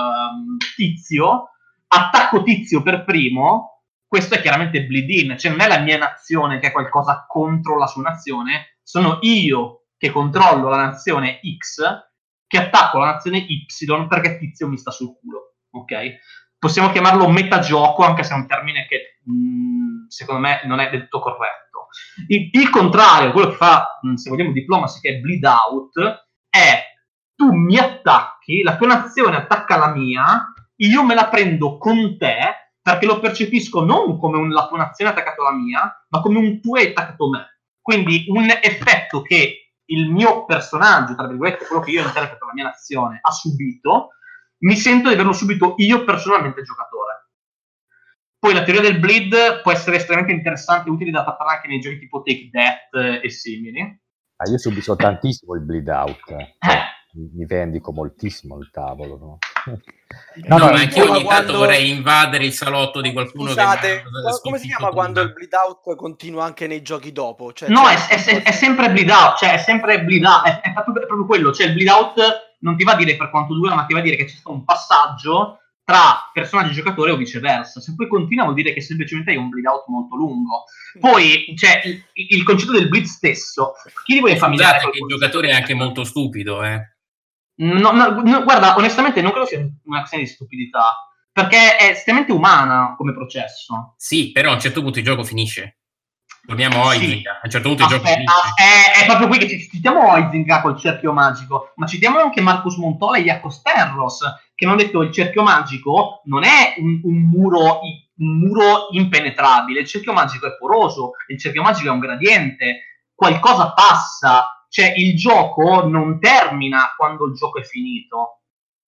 uh, Tizio, attacco Tizio per primo, questo è chiaramente bleed in, cioè non è la mia nazione che è qualcosa contro la sua nazione, sono io che controllo la nazione X che attacco la nazione Y perché Tizio mi sta sul culo, ok? Possiamo chiamarlo metagioco, anche se è un termine che mh, secondo me non è del tutto corretto. Il, il contrario, quello che fa, mh, se vogliamo, Diplomacy, che è bleed out, è tu mi attacchi, la tua nazione attacca la mia, io me la prendo con te perché lo percepisco non come un, la tua nazione ha attaccato la mia, ma come un tu hai attaccato me. Quindi un effetto che il mio personaggio, tra virgolette, quello che io interpreto la mia nazione, ha subito, mi sento di averlo subito io personalmente giocatore. Poi la teoria del bleed può essere estremamente interessante e utile da trattare anche nei giochi tipo Take That e simili. Ah, io subisco tantissimo il bleed out. Eh. Mi vendico moltissimo il tavolo, no? No, no, no, ma anche io ogni quando... tanto vorrei invadere il salotto di qualcuno. Scusate, che come si chiama quando il bleed out continua anche nei giochi dopo? Cioè, no, cioè... È, è, è sempre bleed out, cioè è sempre bleed out, è, è, proprio, è proprio quello, cioè il bleed out non ti va a dire per quanto dura, ma ti va a dire che c'è stato un passaggio tra personaggio e giocatore o viceversa. Se poi continua vuol dire che semplicemente hai un bleed out molto lungo. Poi c'è il, il concetto del bleed stesso. Chi di voi è familiare? Scusate che il giocatore è anche molto stupido, eh? No, no, no, guarda, onestamente non credo sia una questione di stupidità, perché è estremamente umana come processo. Sì, però a un certo punto il gioco finisce. Torniamo a Huizinga, sì. A un certo punto il Aspetta, gioco finisce. È, è proprio qui che ci citiamo Huizinga col cerchio magico, ma citiamo anche Marcus Montola e Iacos Terros, che hanno detto il cerchio magico non è un, un, muro, un muro impenetrabile, il cerchio magico è poroso, il cerchio magico è un gradiente, qualcosa passa. Cioè il gioco non termina quando il gioco è finito.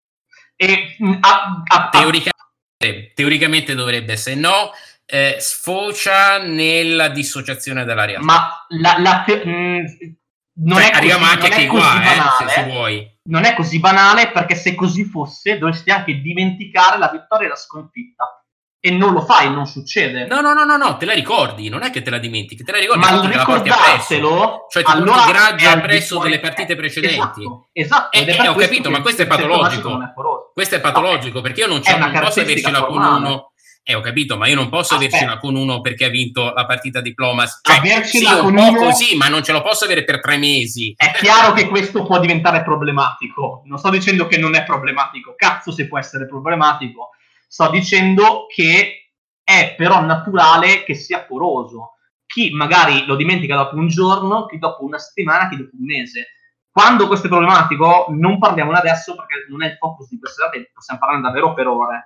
E, a, a, a... Teoricamente, teoricamente dovrebbe, se no eh, sfocia nella dissociazione dalla realtà. Ma la, la te- mh, non cioè, è arriviamo così, anche non qui è così qua, banale, eh, se, se vuoi. Non è così banale, perché se così fosse dovresti anche dimenticare la vittoria e la sconfitta. E non lo fai, non succede. No, no, no, no, no, te la ricordi, non è che te la dimentichi, te la ricordi, ma te la porti appresso. Cioè ti allora porti graggio appresso delle partite precedenti. Esatto, esatto. Eh, eh, ho capito, ma questo è patologico. È questo è patologico, perché io non, non posso avercela con uno. Eh, ho capito, ma io non posso Aspetta. avercela con uno perché ha vinto la partita Diplomacy. Cioè, sì, un po' uno... così, ma non ce lo posso avere per tre mesi. È chiaro che questo può diventare problematico. Non sto dicendo che non è problematico. Cazzo se può essere problematico. Sto dicendo che è però naturale che sia poroso. Chi magari lo dimentica dopo un giorno, chi dopo una settimana, chi dopo un mese. Quando questo è problematico, non parliamone adesso perché non è il focus di questa data, possiamo parlare davvero per ore.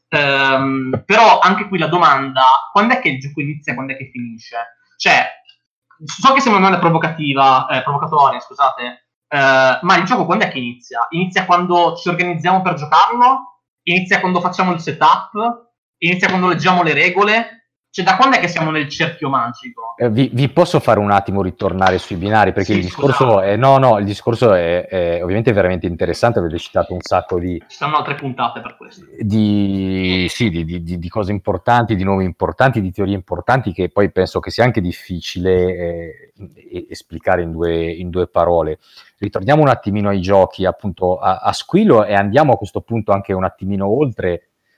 Um, però anche qui la domanda, quando è che il gioco inizia e quando è che finisce? Cioè, so che sembra una provocativa, eh, provocatoria, scusate, eh, ma il gioco quando è che inizia? Inizia quando ci organizziamo per giocarlo? Inizia quando facciamo il setup? Inizia quando leggiamo le regole? Cioè, da quando è che siamo nel cerchio magico? Eh, vi, vi posso fare un attimo ritornare sui binari? Perché sì, il discorso è, no, no, il discorso è, è ovviamente veramente interessante, avete citato un sacco di... Ci saranno altre puntate per questo. Di, sì, di, di, di cose importanti, di nomi importanti, di teorie importanti, che poi penso che sia anche difficile eh, esplicare in due, in due parole. Ritorniamo un attimino ai giochi, appunto, a, a Squillo, e andiamo a questo punto anche un attimino oltre,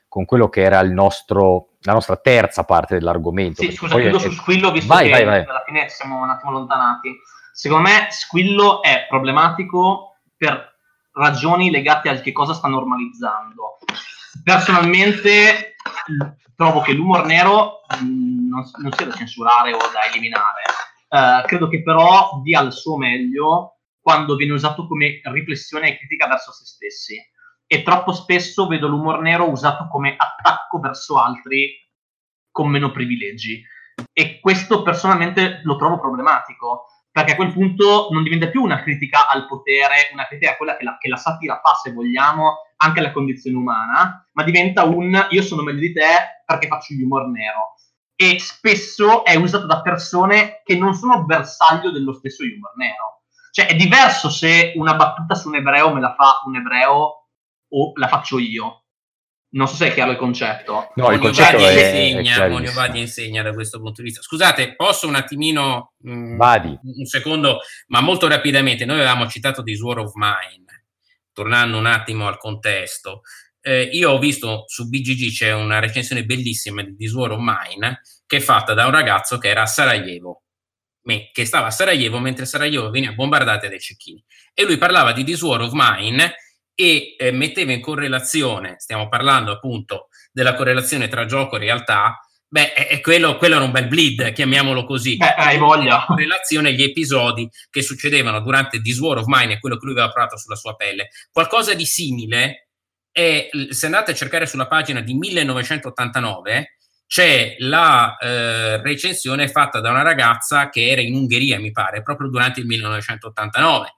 con quello che era il nostro, la nostra terza parte dell'argomento. Sì, scusa, chiudo è... su Squillo, visto vai, che vai, vai. alla fine siamo un attimo allontanati. Secondo me Squillo è problematico per ragioni legate al che cosa sta normalizzando. Personalmente trovo che l'umor nero mh, non, non sia da censurare o da eliminare. Uh, credo che però dia il suo meglio quando viene usato come riflessione e critica verso se stessi. E troppo spesso vedo l'umor nero usato come attacco verso altri con meno privilegi. E questo personalmente lo trovo problematico, perché a quel punto non diventa più una critica al potere, una critica a quella che la, che la satira fa, se vogliamo, anche alla condizione umana, ma diventa un io sono meglio di te perché faccio l'umor nero. E spesso è usato da persone che non sono bersaglio dello stesso humor nero. Cioè è diverso se una battuta su un ebreo me la fa un ebreo o la faccio io. Non so se è chiaro il concetto. No, il concetto è, insegna, è Monio Vadi insegna da questo punto di vista. Scusate, posso un attimino mh, Vadi. un secondo, ma molto rapidamente. Noi avevamo citato This War of Mine, tornando un attimo al contesto. Eh, io ho visto su B G G c'è una recensione bellissima di This War of Mine che è fatta da un ragazzo che era a Sarajevo, che stava a Sarajevo mentre Sarajevo veniva bombardata dai cecchini, e lui parlava di This War of Mine e eh, metteva in correlazione, stiamo parlando appunto della correlazione tra gioco e realtà. Beh, è quello, quello era un bel bleed, chiamiamolo così. Beh, hai voglia. In relazione agli episodi che succedevano durante This War of Mine e quello che lui aveva provato sulla sua pelle. Qualcosa di simile è, se andate a cercare sulla pagina di millenovecentottantanove, c'è la eh, recensione fatta da una ragazza che era in Ungheria, mi pare, proprio durante il millenovecentottantanove.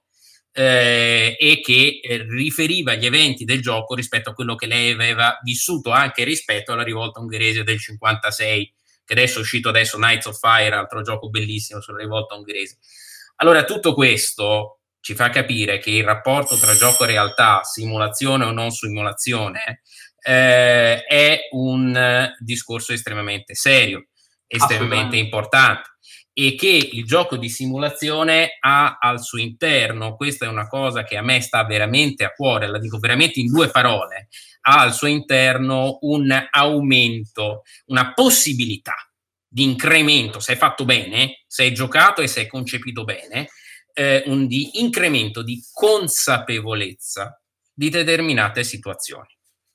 Eh, e che eh, riferiva gli eventi del gioco rispetto a quello che lei aveva vissuto anche rispetto alla rivolta ungherese del cinquantasei, che adesso è uscito adesso Knights of Fire, altro gioco bellissimo sulla rivolta ungherese. Allora tutto questo ci fa capire che il rapporto tra gioco e realtà, simulazione o non simulazione, eh, è un uh, discorso estremamente serio, estremamente importante, e che il gioco di simulazione ha al suo interno, questa è una cosa che a me sta veramente a cuore, la dico veramente in due parole, ha al suo interno un aumento, una possibilità di incremento, se è fatto bene, se è giocato e se è concepito bene, eh, un di incremento di consapevolezza di determinate situazioni.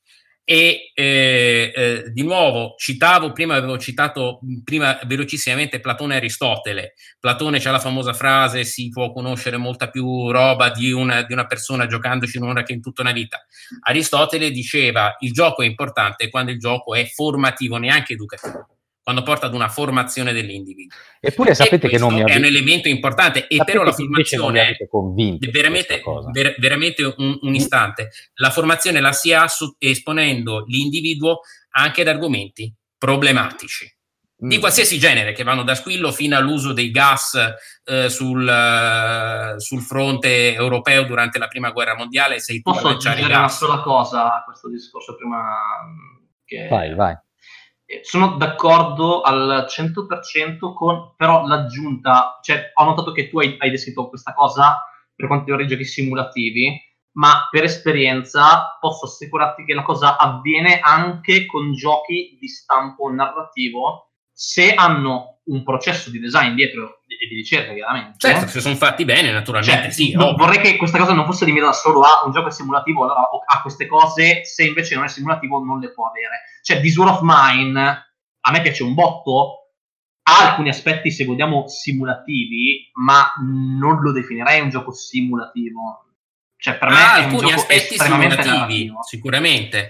E eh, eh, di nuovo citavo prima, avevo citato prima velocissimamente Platone e Aristotele. Platone c'ha la famosa frase: si può conoscere molta più roba di una, di una persona giocandoci in un'ora che in tutta una vita. Aristotele diceva: il gioco è importante quando il gioco è formativo, neanche educativo, quando porta ad una formazione dell'individuo. Eppure sapete e che non mi avete... è un elemento importante, e però la formazione convinto veramente, ver- veramente un, un istante, la formazione la si ha su- esponendo l'individuo anche ad argomenti problematici mm. di qualsiasi genere, che vanno da Squillo fino all'uso dei gas eh, sul, uh, sul fronte europeo durante la prima guerra mondiale. Sei tu Posso a lanciare i aggiungere una gas. sola cosa a questo discorso prima che... Vai, vai. Sono d'accordo al cento per cento con però l'aggiunta, cioè ho notato che tu hai, hai descritto questa cosa per quanto riguarda i giochi simulativi, ma per esperienza posso assicurarti che la cosa avviene anche con giochi di stampo narrativo, se hanno un processo di design dietro e di ricerca, chiaramente. Certo, se sono fatti bene, naturalmente, cioè, sì. No, vorrei che questa cosa non fosse limitata solo a un gioco simulativo, allora a queste cose, se invece non è simulativo non le può avere. Cioè, This War of Mine a me piace un botto, ha alcuni aspetti, se vogliamo, simulativi, ma non lo definirei un gioco simulativo. Cioè, per me ah, è un alcuni gioco aspetti estremamente simulativi, narrativo. Sicuramente.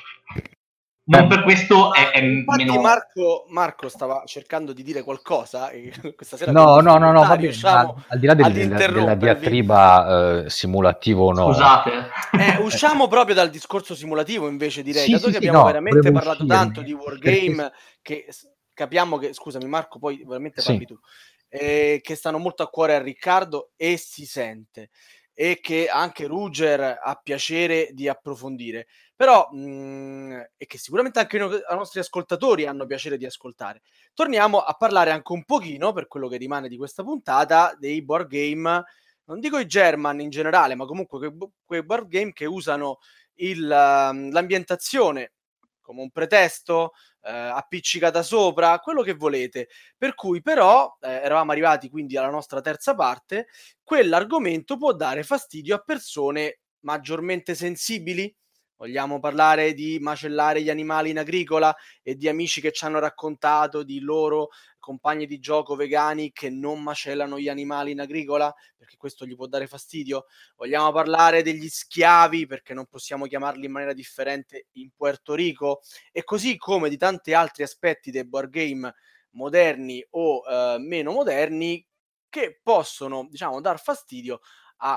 Non per questo è, è Infatti meno... Marco, Marco stava cercando di dire qualcosa e questa sera no no no no va bene, riusciamo al di là del, della, della diatriba eh, simulativo o no, scusate eh, usciamo proprio dal discorso simulativo, invece, direi, sì, dato sì, che sì, abbiamo no, veramente parlato uscire, tanto di wargame, perché... che capiamo che, scusami Marco, poi veramente parli sì. tu, eh, che stanno molto a cuore a Riccardo, e si sente, e che anche Ruger ha piacere di approfondire, però mh, e che sicuramente anche no- i nostri ascoltatori hanno piacere di ascoltare. Torniamo a parlare anche un pochino, per quello che rimane di questa puntata, dei board game, non dico i German in generale, ma comunque quei, quei board game che usano il, l'ambientazione come un pretesto, eh, appiccicata sopra, quello che volete. Per cui però, eh, eravamo arrivati quindi alla nostra terza parte, quell'argomento può dare fastidio a persone maggiormente sensibili. Vogliamo parlare di macellare gli animali in agricola e di amici che ci hanno raccontato di loro compagni di gioco vegani che non macellano gli animali in agricola, perché questo gli può dare fastidio. Vogliamo parlare degli schiavi, perché non possiamo chiamarli in maniera differente in Puerto Rico, e così come di tanti altri aspetti dei board game moderni o eh, meno moderni che possono, diciamo, dar fastidio a,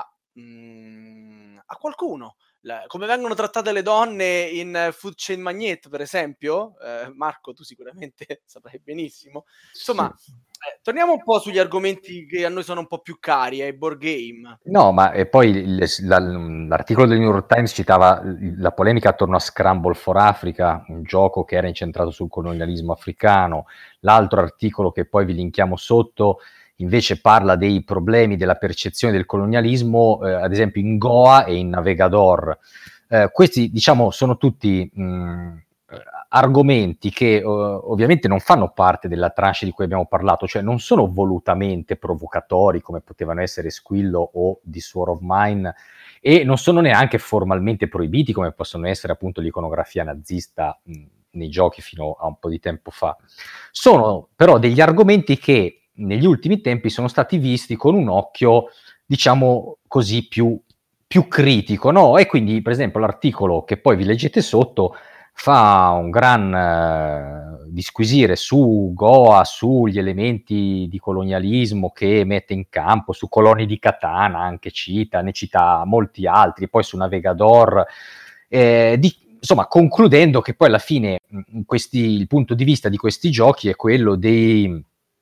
mm, a qualcuno. La, come vengono trattate le donne in Food Chain Magnet, per esempio, eh, Marco, tu sicuramente saprai benissimo. Insomma, sì. eh, torniamo un po' sugli argomenti che a noi sono un po' più cari, ai eh, board game. No, ma e poi il, la, l'articolo del New York Times citava la polemica attorno a Scramble for Africa, un gioco che era incentrato sul colonialismo africano. L'altro articolo, che poi vi linkiamo sotto, invece parla dei problemi della percezione del colonialismo, eh, ad esempio in Goa e in Navegador. Eh, questi, diciamo, sono tutti mh, argomenti che uh, ovviamente non fanno parte della tranche di cui abbiamo parlato, cioè non sono volutamente provocatori come potevano essere Squillo o The Sword of Mine, e non sono neanche formalmente proibiti come possono essere appunto l'iconografia nazista mh, nei giochi fino a un po' di tempo fa. Sono però degli argomenti che negli ultimi tempi sono stati visti con un occhio, diciamo così, più, più critico, no? E quindi, per esempio, l'articolo che poi vi leggete sotto fa un gran eh, disquisire su Goa, sugli elementi di colonialismo che mette in campo, su Coloni di Catana, anche cita, ne cita molti altri, poi su Navegador, eh, di, insomma, concludendo che poi alla fine questi, il punto di vista di questi giochi è quello dei...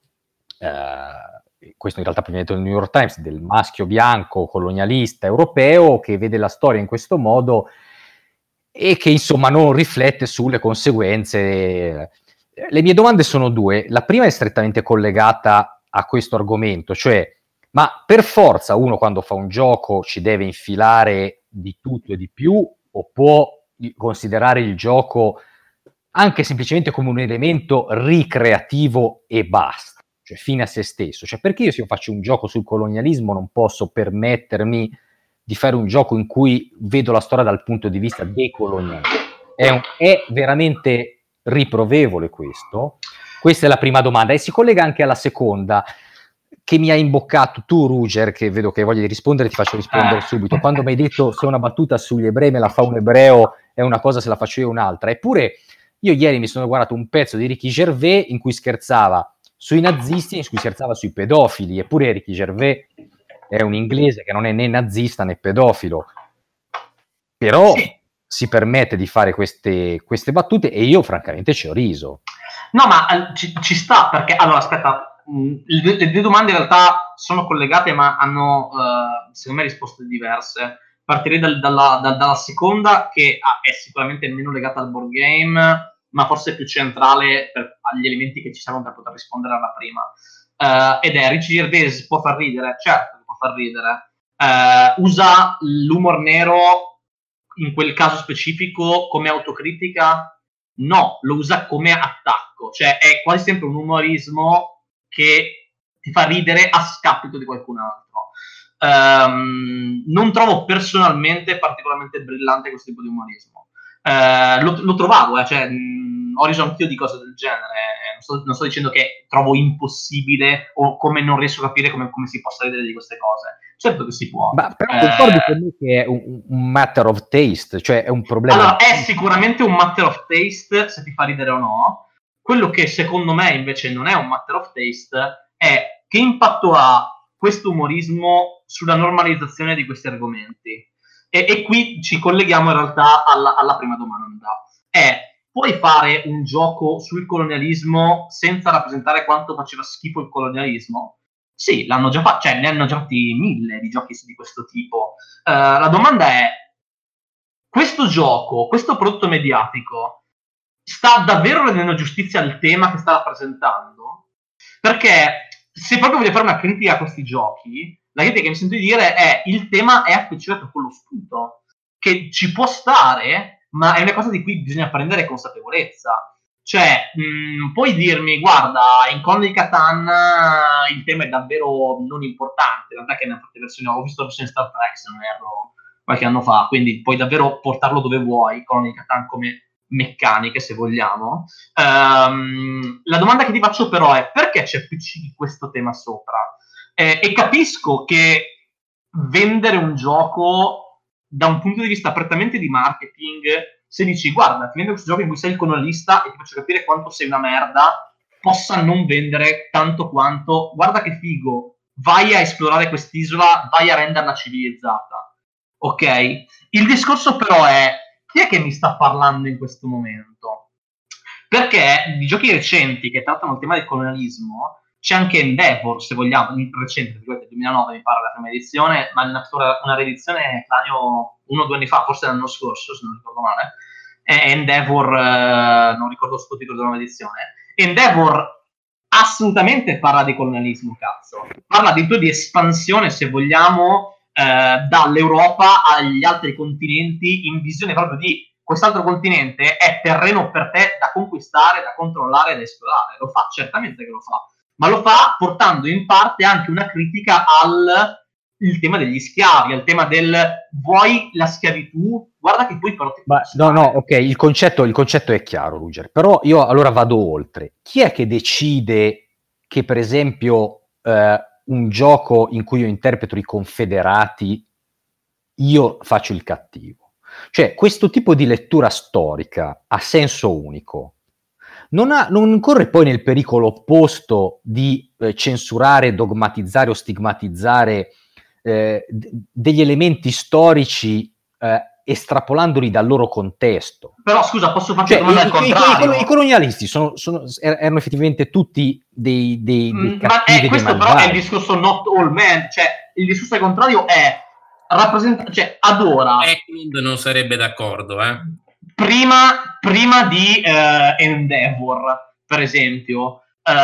Uh, questo in realtà proviene dal New York Times, del maschio bianco colonialista europeo che vede la storia in questo modo e che insomma non riflette sulle conseguenze. Le mie domande sono due. La prima è strettamente collegata a questo argomento, cioè, ma per forza uno quando fa un gioco ci deve infilare di tutto e di più, o può considerare il gioco anche semplicemente come un elemento ricreativo e basta? Cioè fine a se stesso, cioè perché io se io faccio un gioco sul colonialismo non posso permettermi di fare un gioco in cui vedo la storia dal punto di vista decoloniale? È, un, è veramente riprovevole questo? Questa è la prima domanda e si collega anche alla seconda che mi ha imboccato tu, Ruger, che vedo che voglia di rispondere, ti faccio rispondere subito. Quando mi hai detto se una battuta sugli ebrei me la fa un ebreo è una cosa, se la faccio io un'altra. Eppure io ieri mi sono guardato un pezzo di Ricky Gervais in cui scherzava sui nazisti, in cui scherzava sui pedofili, eppure Ricky Gervais è un inglese che non è né nazista né pedofilo, però sì, si permette di fare queste, queste battute e io francamente ci ho riso. No, ma ci, ci sta, perché, allora aspetta, le, le due domande in realtà sono collegate ma hanno, uh, secondo me, risposte diverse. Partirei dal, dalla, da, dalla seconda, che ah, è sicuramente meno legata al board game, ma forse più centrale per, agli elementi che ci servono per poter rispondere alla prima. Uh, ed è Ricky Gervais può far ridere? Certo che può far ridere. Uh, usa l'umor nero in quel caso specifico come autocritica? No, lo usa come attacco. Cioè è quasi sempre un umorismo che ti fa ridere a scapito di qualcun altro. Um, non trovo personalmente particolarmente brillante questo tipo di umorismo. Uh, lo, lo trovavo, eh, cioè, mh, ho riso anch'io di cose del genere, non sto, non sto dicendo che trovo impossibile o come non riesco a capire come, come si possa ridere di queste cose. Certo che si può. Ma però concordi con me che è un, un matter of taste, cioè è un problema. Allora, è sicuramente un matter of taste se ti fa ridere o no. Quello che secondo me invece non è un matter of taste è che impatto ha questo umorismo sulla normalizzazione di questi argomenti. E, e qui ci colleghiamo in realtà alla, alla prima domanda. È, puoi fare un gioco sul colonialismo senza rappresentare quanto faceva schifo il colonialismo? Sì, l'hanno già fatto, cioè ne hanno già fatti mille di giochi di questo tipo. Uh, la domanda è, questo gioco, questo prodotto mediatico, sta davvero rendendo giustizia al tema che sta rappresentando? Perché se proprio voglio fare una critica a questi giochi, la critica che mi sento di dire è il tema è appiccicato con lo sputo, che ci può stare, ma è una cosa di cui bisogna prendere consapevolezza. Cioè, mh, puoi dirmi, guarda, in Colony di Catan il tema è davvero non importante, in realtà che ne ha fatte versioni, ho visto la versione Star Trek, se non erro, qualche anno fa, quindi puoi davvero portarlo dove vuoi, Colony di Catan come meccaniche, se vogliamo. Um, la domanda che ti faccio però è, perché c'è P C di questo tema sopra? Eh, e capisco che vendere un gioco da un punto di vista prettamente di marketing, se dici guarda, ti vendo questo gioco in cui sei il colonialista e ti faccio capire quanto sei una merda, possa non vendere tanto quanto guarda che figo, vai a esplorare quest'isola, vai a renderla civilizzata, ok? Il discorso però è, chi è che mi sta parlando in questo momento? Perché di giochi recenti che trattano il tema del colonialismo c'è anche Endeavor, se vogliamo, recente, duemilanove mi pare la prima edizione, ma una, una riedizione l'anno uno o due anni fa, forse l'anno scorso, se non ricordo male. E Endeavor, eh, non ricordo il sottotitolo della nuova edizione. Endeavor assolutamente parla di colonialismo, cazzo. Parla addirittura di espansione, se vogliamo, eh, dall'Europa agli altri continenti, in visione proprio di quest'altro continente è terreno per te da conquistare, da controllare e da esplorare. Lo fa, certamente che lo fa. Ma lo fa portando in parte anche una critica al il tema degli schiavi, al tema del vuoi la schiavitù, guarda che poi però ti Ma, no, no, ok, il concetto, il concetto è chiaro, Ruger, però io allora vado oltre. Chi è che decide che, per esempio, eh, un gioco in cui io interpreto i confederati, io faccio il cattivo? Cioè, questo tipo di lettura storica ha senso unico. Non, ha, non corre poi nel pericolo opposto di eh, censurare, dogmatizzare o stigmatizzare eh, d- degli elementi storici eh, estrapolandoli dal loro contesto. Però scusa, posso fare cioè, una domanda al contrario? I, i, i, i colonialisti sono, sono, erano effettivamente tutti dei, dei, dei mm, cattivi, ma è, questo però è il discorso not all men, cioè il discorso al contrario è rappresenta- cioè ad ora Eklund non sarebbe d'accordo, eh? Prima, prima di uh, Endeavor, per esempio,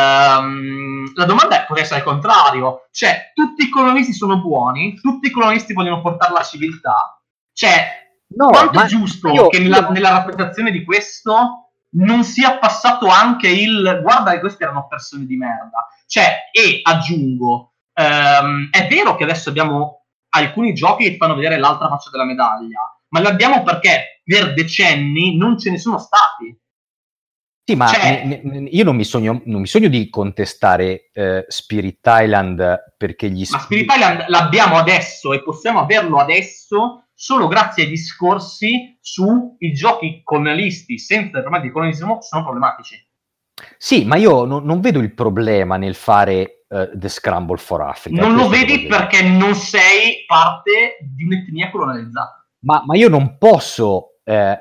um, la domanda è potrebbe essere al contrario, cioè tutti i colonisti sono buoni, tutti i colonisti vogliono portare la civiltà, cioè no, quanto è giusto io, che nella, io... nella rappresentazione di questo non sia passato anche il guarda che questi erano persone di merda, cioè, e aggiungo, um, è vero che adesso abbiamo alcuni giochi che fanno vedere l'altra faccia della medaglia, ma l'abbiamo perché per decenni non ce ne sono stati. Sì, ma cioè, ne, ne, io non mi sogno, non mi sogno di contestare eh, Spirit Island perché gli... Ma Spirit Island l'abbiamo adesso e possiamo averlo adesso solo grazie ai discorsi sui giochi colonialisti senza il problema di colonialismo sono problematici. Sì, ma io non, non vedo il problema nel fare uh, The Scramble for Africa. Non lo vedi perché non sei parte di un'etnia colonializzata. Ma, ma io non posso eh,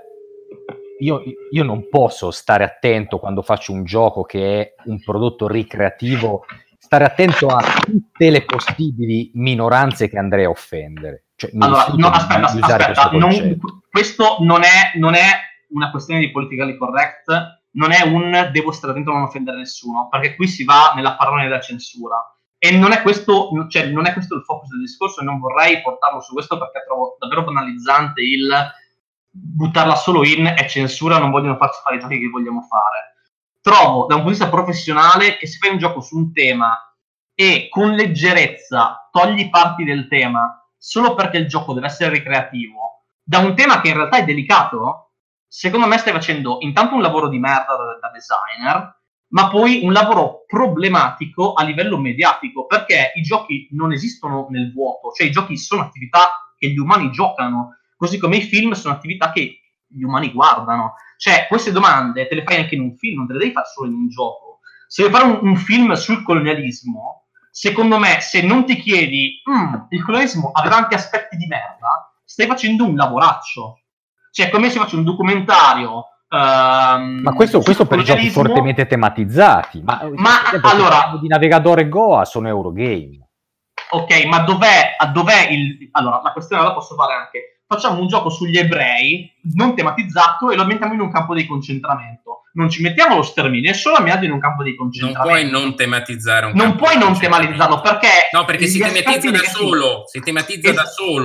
io, io non posso stare attento quando faccio un gioco che è un prodotto ricreativo, stare attento a tutte le possibili minoranze che andrei a offendere. Cioè, mi allora, no, aspetta, di usare aspetta, questo, non, questo non è, non è una questione di politically correct, non è un devo stare attento a non offendere nessuno, perché qui si va nella parole della censura. E non è questo, cioè non è questo il focus del discorso, e non vorrei portarlo su questo perché trovo davvero banalizzante il buttarla solo in è censura, non vogliono farci fare i giochi che vogliamo fare. Trovo da un punto di vista professionale che se fai un gioco su un tema e con leggerezza togli parti del tema solo perché il gioco deve essere ricreativo, da un tema che in realtà è delicato, secondo me stai facendo intanto un lavoro di merda da, da designer, ma poi un lavoro problematico a livello mediatico, perché i giochi non esistono nel vuoto, cioè i giochi sono attività che gli umani giocano, così come i film sono attività che gli umani guardano. Cioè, queste domande te le fai anche in un film, non te le devi fare solo in un gioco. Se vuoi fare un, un film sul colonialismo, secondo me, se non ti chiedi mm, il colonialismo aveva anche aspetti di merda, stai facendo un lavoraccio. Cioè, come se faccio un documentario... Um, ma questo, questo per giochi fortemente tematizzati, ma, ma allora di Navigatore Goa sono Eurogame. Ok, ma dov'è, dov'è il... Allora, la questione la posso fare anche. Facciamo un gioco sugli ebrei, non tematizzato, e lo mettiamo in un campo di concentramento. Non ci mettiamo lo sterminio, è solo ambientato in un campo di concentramento. Non puoi non tematizzare un Non campo puoi di non tematizzarlo, perché... No, perché si tematizza da solo, si tematizza es- da solo.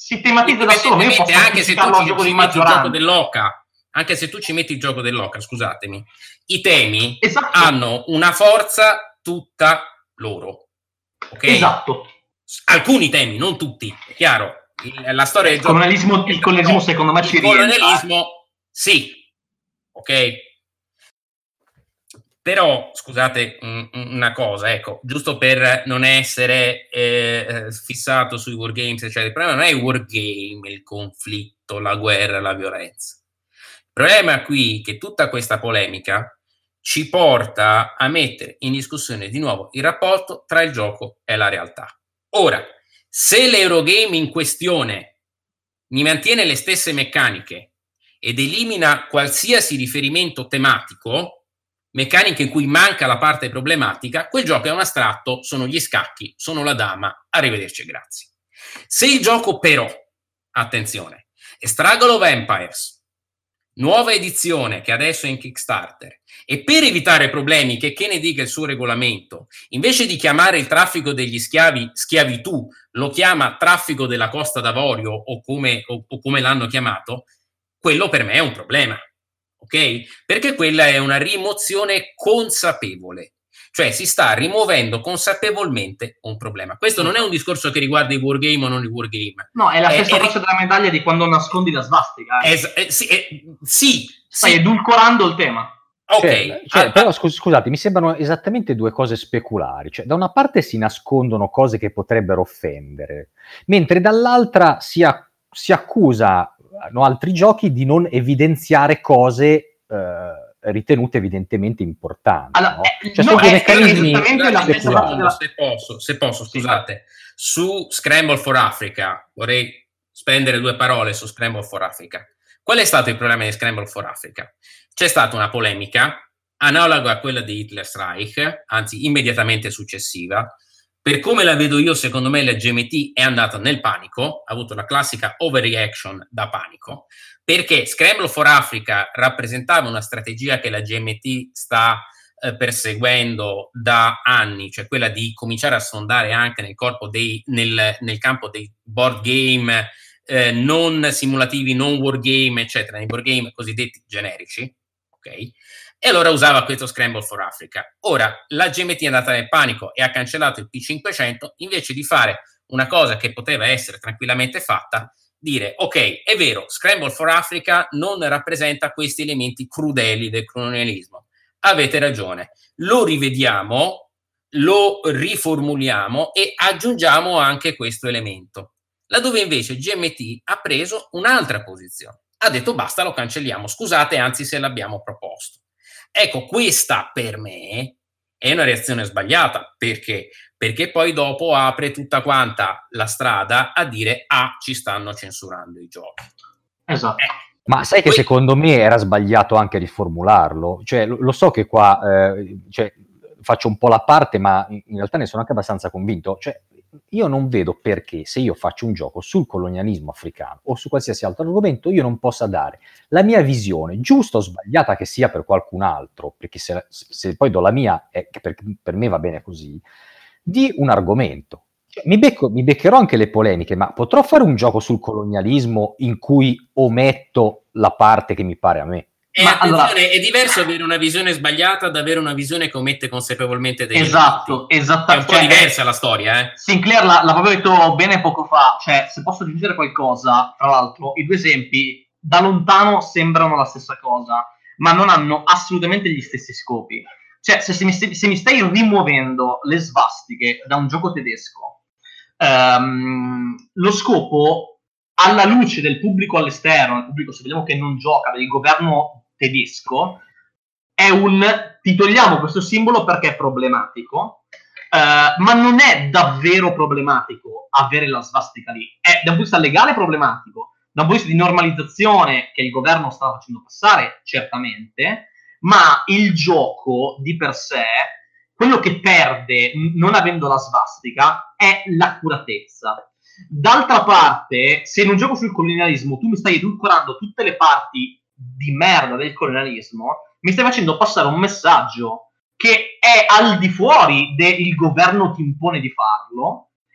si tematizza da solo, ma io posso anche se tu al ci, gioco ci di metti il gioco maggioranza. dell'Oca, anche se tu ci metti il gioco dell'Oca, scusatemi, i temi Esatto. hanno una forza tutta loro, ok? Esatto. Alcuni temi, non tutti, è chiaro. Il, la storia Eh, del il gioco, colonialismo, il colonialismo no, secondo me il ci rientra. colonialismo, sì, ok? Però, scusate, mh, una cosa, ecco, giusto per non essere eh, fissato sui wargames, eccetera, il problema non è il wargame, il conflitto, la guerra, la violenza. Il problema qui è che tutta questa polemica ci porta a mettere in discussione di nuovo il rapporto tra il gioco e la realtà. Ora, se l'Eurogame in questione mi mantiene le stesse meccaniche ed elimina qualsiasi riferimento tematico, meccaniche in cui manca la parte problematica, quel gioco è un astratto, sono gli scacchi, sono la dama, arrivederci e grazie. Se il gioco però, attenzione, è Struggle of Empires, nuova edizione che adesso è in Kickstarter, e per evitare problemi, che che ne dica il suo regolamento, invece di chiamare il traffico degli schiavi schiavitù, lo chiama traffico della Costa d'Avorio o come, o, o come l'hanno chiamato, quello per me è un problema. Ok? Perché quella è una rimozione consapevole, cioè si sta rimuovendo consapevolmente un problema. Questo non è un discorso che riguarda i wargame o non i wargame. No, è la è, stessa è, faccia della medaglia di quando nascondi la svastica. Eh. È, è, sì, è, sì, stai sì. edulcorando il tema. Ok, cioè, cioè, ah, però ah, scus- scusate, mi sembrano esattamente due cose speculari. Cioè, da una parte si nascondono cose che potrebbero offendere, mentre dall'altra si, a- si accusano altri giochi di non evidenziare cose eh, ritenute evidentemente importanti. Allora, no? eh, Cioè, no, sono due è- è meccanismi esattamente la stessa speculari. cosa della- se posso, se posso, scusate, su Scramble for Africa, vorrei spendere due parole su Scramble for Africa. Qual è stato il problema di Scramble for Africa? C'è stata una polemica analoga a quella di Hitler's Reich, anzi immediatamente successiva. Per come la vedo io, secondo me la G M T è andata nel panico, ha avuto la classica overreaction da panico, perché Scramble for Africa rappresentava una strategia che la G M T sta eh, perseguendo da anni, cioè quella di cominciare a sondare anche nel, corpo dei, nel, nel campo dei board game eh, non simulativi, non wargame, eccetera, nei board game cosiddetti generici, ok? E allora usava questo Scramble for Africa. Ora, la G M T è andata nel panico e ha cancellato il P cinquecento, invece di fare una cosa che poteva essere tranquillamente fatta, dire, ok, è vero, Scramble for Africa non rappresenta questi elementi crudeli del colonialismo. Avete ragione. Lo rivediamo, lo riformuliamo e aggiungiamo anche questo elemento. Laddove invece G M T ha preso un'altra posizione. Ha detto basta, lo cancelliamo. Scusate, anzi se l'abbiamo proposto. Ecco, questa per me è una reazione sbagliata. Perché? Perché poi dopo apre tutta quanta la strada a dire ah, ci stanno censurando i giochi. Esatto. Eh, Ma sai che que- secondo me era sbagliato anche riformularlo? Cioè, lo, lo so che qua eh, cioè, faccio un po' la parte, ma in, in realtà ne sono anche abbastanza convinto. Cioè, io non vedo perché se io faccio un gioco sul colonialismo africano o su qualsiasi altro argomento io non possa dare la mia visione, giusta o sbagliata che sia per qualcun altro, perché se, se poi do la mia, è che per, per me va bene così, di un argomento. Cioè, mi, becco, mi beccherò anche le polemiche, ma potrò fare un gioco sul colonialismo in cui ometto la parte che mi pare a me? E Ma attenzione, allora, è diverso avere una visione sbagliata da avere una visione che omette consapevolmente degli esatto, elementi. esatto. È un po' cioè, diversa la storia, eh. Sinclair l'ha, l'ha proprio detto bene poco fa, cioè se posso aggiungere qualcosa, tra l'altro i due esempi da lontano sembrano la stessa cosa, ma non hanno assolutamente gli stessi scopi. Cioè se, se, mi, stai, se mi stai rimuovendo le svastiche da un gioco tedesco, ehm, lo scopo alla luce del pubblico all'esterno, il pubblico se vogliamo che non gioca, del governo tedesco, è un ti togliamo questo simbolo perché è problematico. Uh, ma non è davvero problematico avere la svastica lì. È da un punto di vista legale problematico, da un punto di vista di normalizzazione che il governo sta facendo passare, certamente, ma il gioco di per sé, quello che perde n- non avendo la svastica è l'accuratezza. D'altra parte, se in un gioco sul colonialismo tu mi stai edulcorando tutte le parti di merda del colonialismo, mi stai facendo passare un messaggio che è al di fuori del governo ti impone di farlo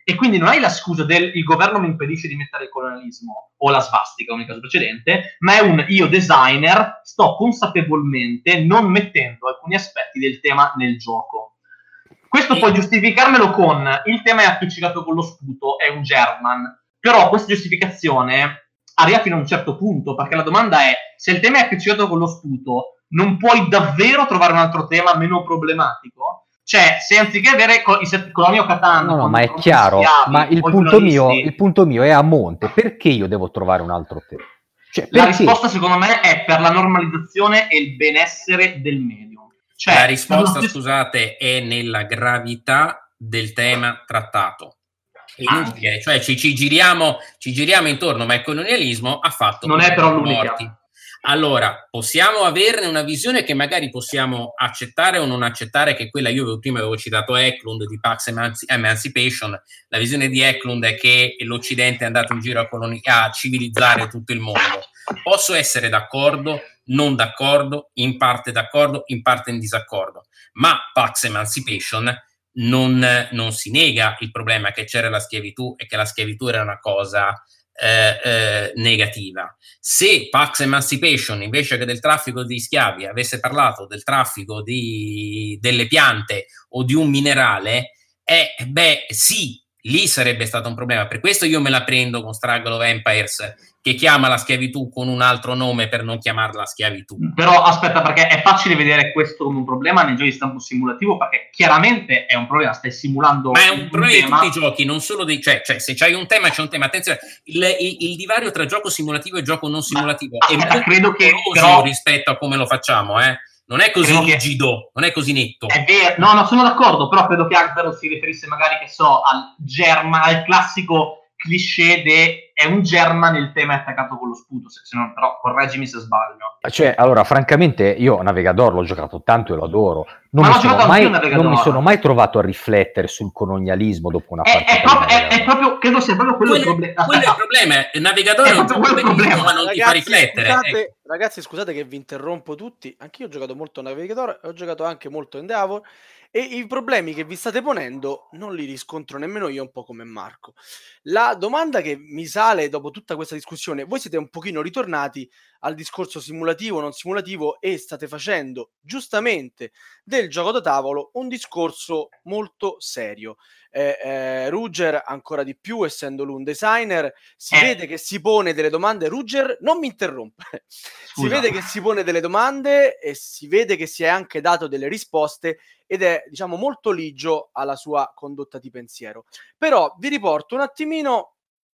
e quindi non hai la scusa del il governo mi impedisce di mettere il colonialismo o la svastica, come nel caso precedente, ma è un io designer sto consapevolmente non mettendo alcuni aspetti del tema nel gioco. Questo puoi giustificarmelo con il tema è appiccicato con lo sputo, è un German, però questa giustificazione arriva fino a un certo punto, perché la domanda è, se il tema è appiccicato con lo sputo, non puoi davvero trovare un altro tema meno problematico? Cioè, se anziché avere co- i set- Colonia o Catan... No, no, con- ma è con chiaro, schiavi, ma il o i punto, mio, colonisti, il punto mio è a monte, perché io devo trovare un altro tema? Cioè, la perché? risposta secondo me è per la normalizzazione e il benessere del medium. Cioè, la risposta, per lo stesso- scusate, è nella gravità del tema trattato. È inutile, Anche. cioè ci, ci, giriamo, ci giriamo intorno, ma il colonialismo ha fatto Non è però l'unica. morti. Allora, possiamo averne una visione che magari possiamo accettare o non accettare, che quella io avevo, prima avevo citato Eklund di Pax Emanci- Emancipation, la visione di Eklund è che l'Occidente è andato in giro a, coloni- a civilizzare tutto il mondo. Posso essere d'accordo, non d'accordo, in parte d'accordo, in parte in disaccordo, ma Pax Emancipation non, non si nega il problema che c'era la schiavitù e che la schiavitù era una cosa eh, eh, negativa. Se Pax Emancipation invece che del traffico di schiavi avesse parlato del traffico di, delle piante o di un minerale, eh, beh sì, lì sarebbe stato un problema. Per questo io me la prendo con Struggle of Empires, che chiama la schiavitù con un altro nome per non chiamarla schiavitù. Però aspetta, perché è facile vedere questo come un problema nei giochi di stampo simulativo, perché chiaramente è un problema, stai simulando ma è un, un problema tema. di tutti i giochi, non solo dei, cioè, cioè se c'hai un tema c'è un tema, attenzione, il, il, il divario tra gioco simulativo e gioco non simulativo ma, è aspetta, molto credo che però, però, rispetto a come lo facciamo, eh non è così rigido, che, non è così netto. È vero, no, no, sono d'accordo, però credo che Axel si riferisse magari, che so, al German, al classico cliché de è un German, il tema è attaccato con lo sputo, se, se non, però correggimi se sbaglio. Cioè, allora, francamente, io Navigador l'ho giocato tanto e lo adoro. Non, Ma mi l'ho sono, giocato mai, anch'io non mi sono mai trovato a riflettere sul colonialismo dopo una è, partita. È proprio, è, è proprio, credo sia proprio quello, quello, il problema. Quello è il problema. Il Navigatore è, è un proprio quello il problema, ragazzi, ma non ti fa riflettere. Scusate, ecco. Ragazzi, scusate che vi interrompo tutti. Anch'io ho giocato molto a Navigatore, ho giocato anche molto in Endeavor. E i problemi che vi state ponendo non li riscontro nemmeno io, un po' come Marco. La domanda che mi sale dopo tutta questa discussione, voi siete un pochino ritornati al discorso simulativo, non simulativo, e state facendo giustamente del gioco da tavolo un discorso molto serio. Eh, eh, Ruger ancora di più, essendo lui un designer, si eh. vede che si pone delle domande. Ruger, non mi interrompere. Si vede che si pone delle domande e si vede che si è anche dato delle risposte ed è, diciamo, molto ligio alla sua condotta di pensiero. Però vi riporto un attimino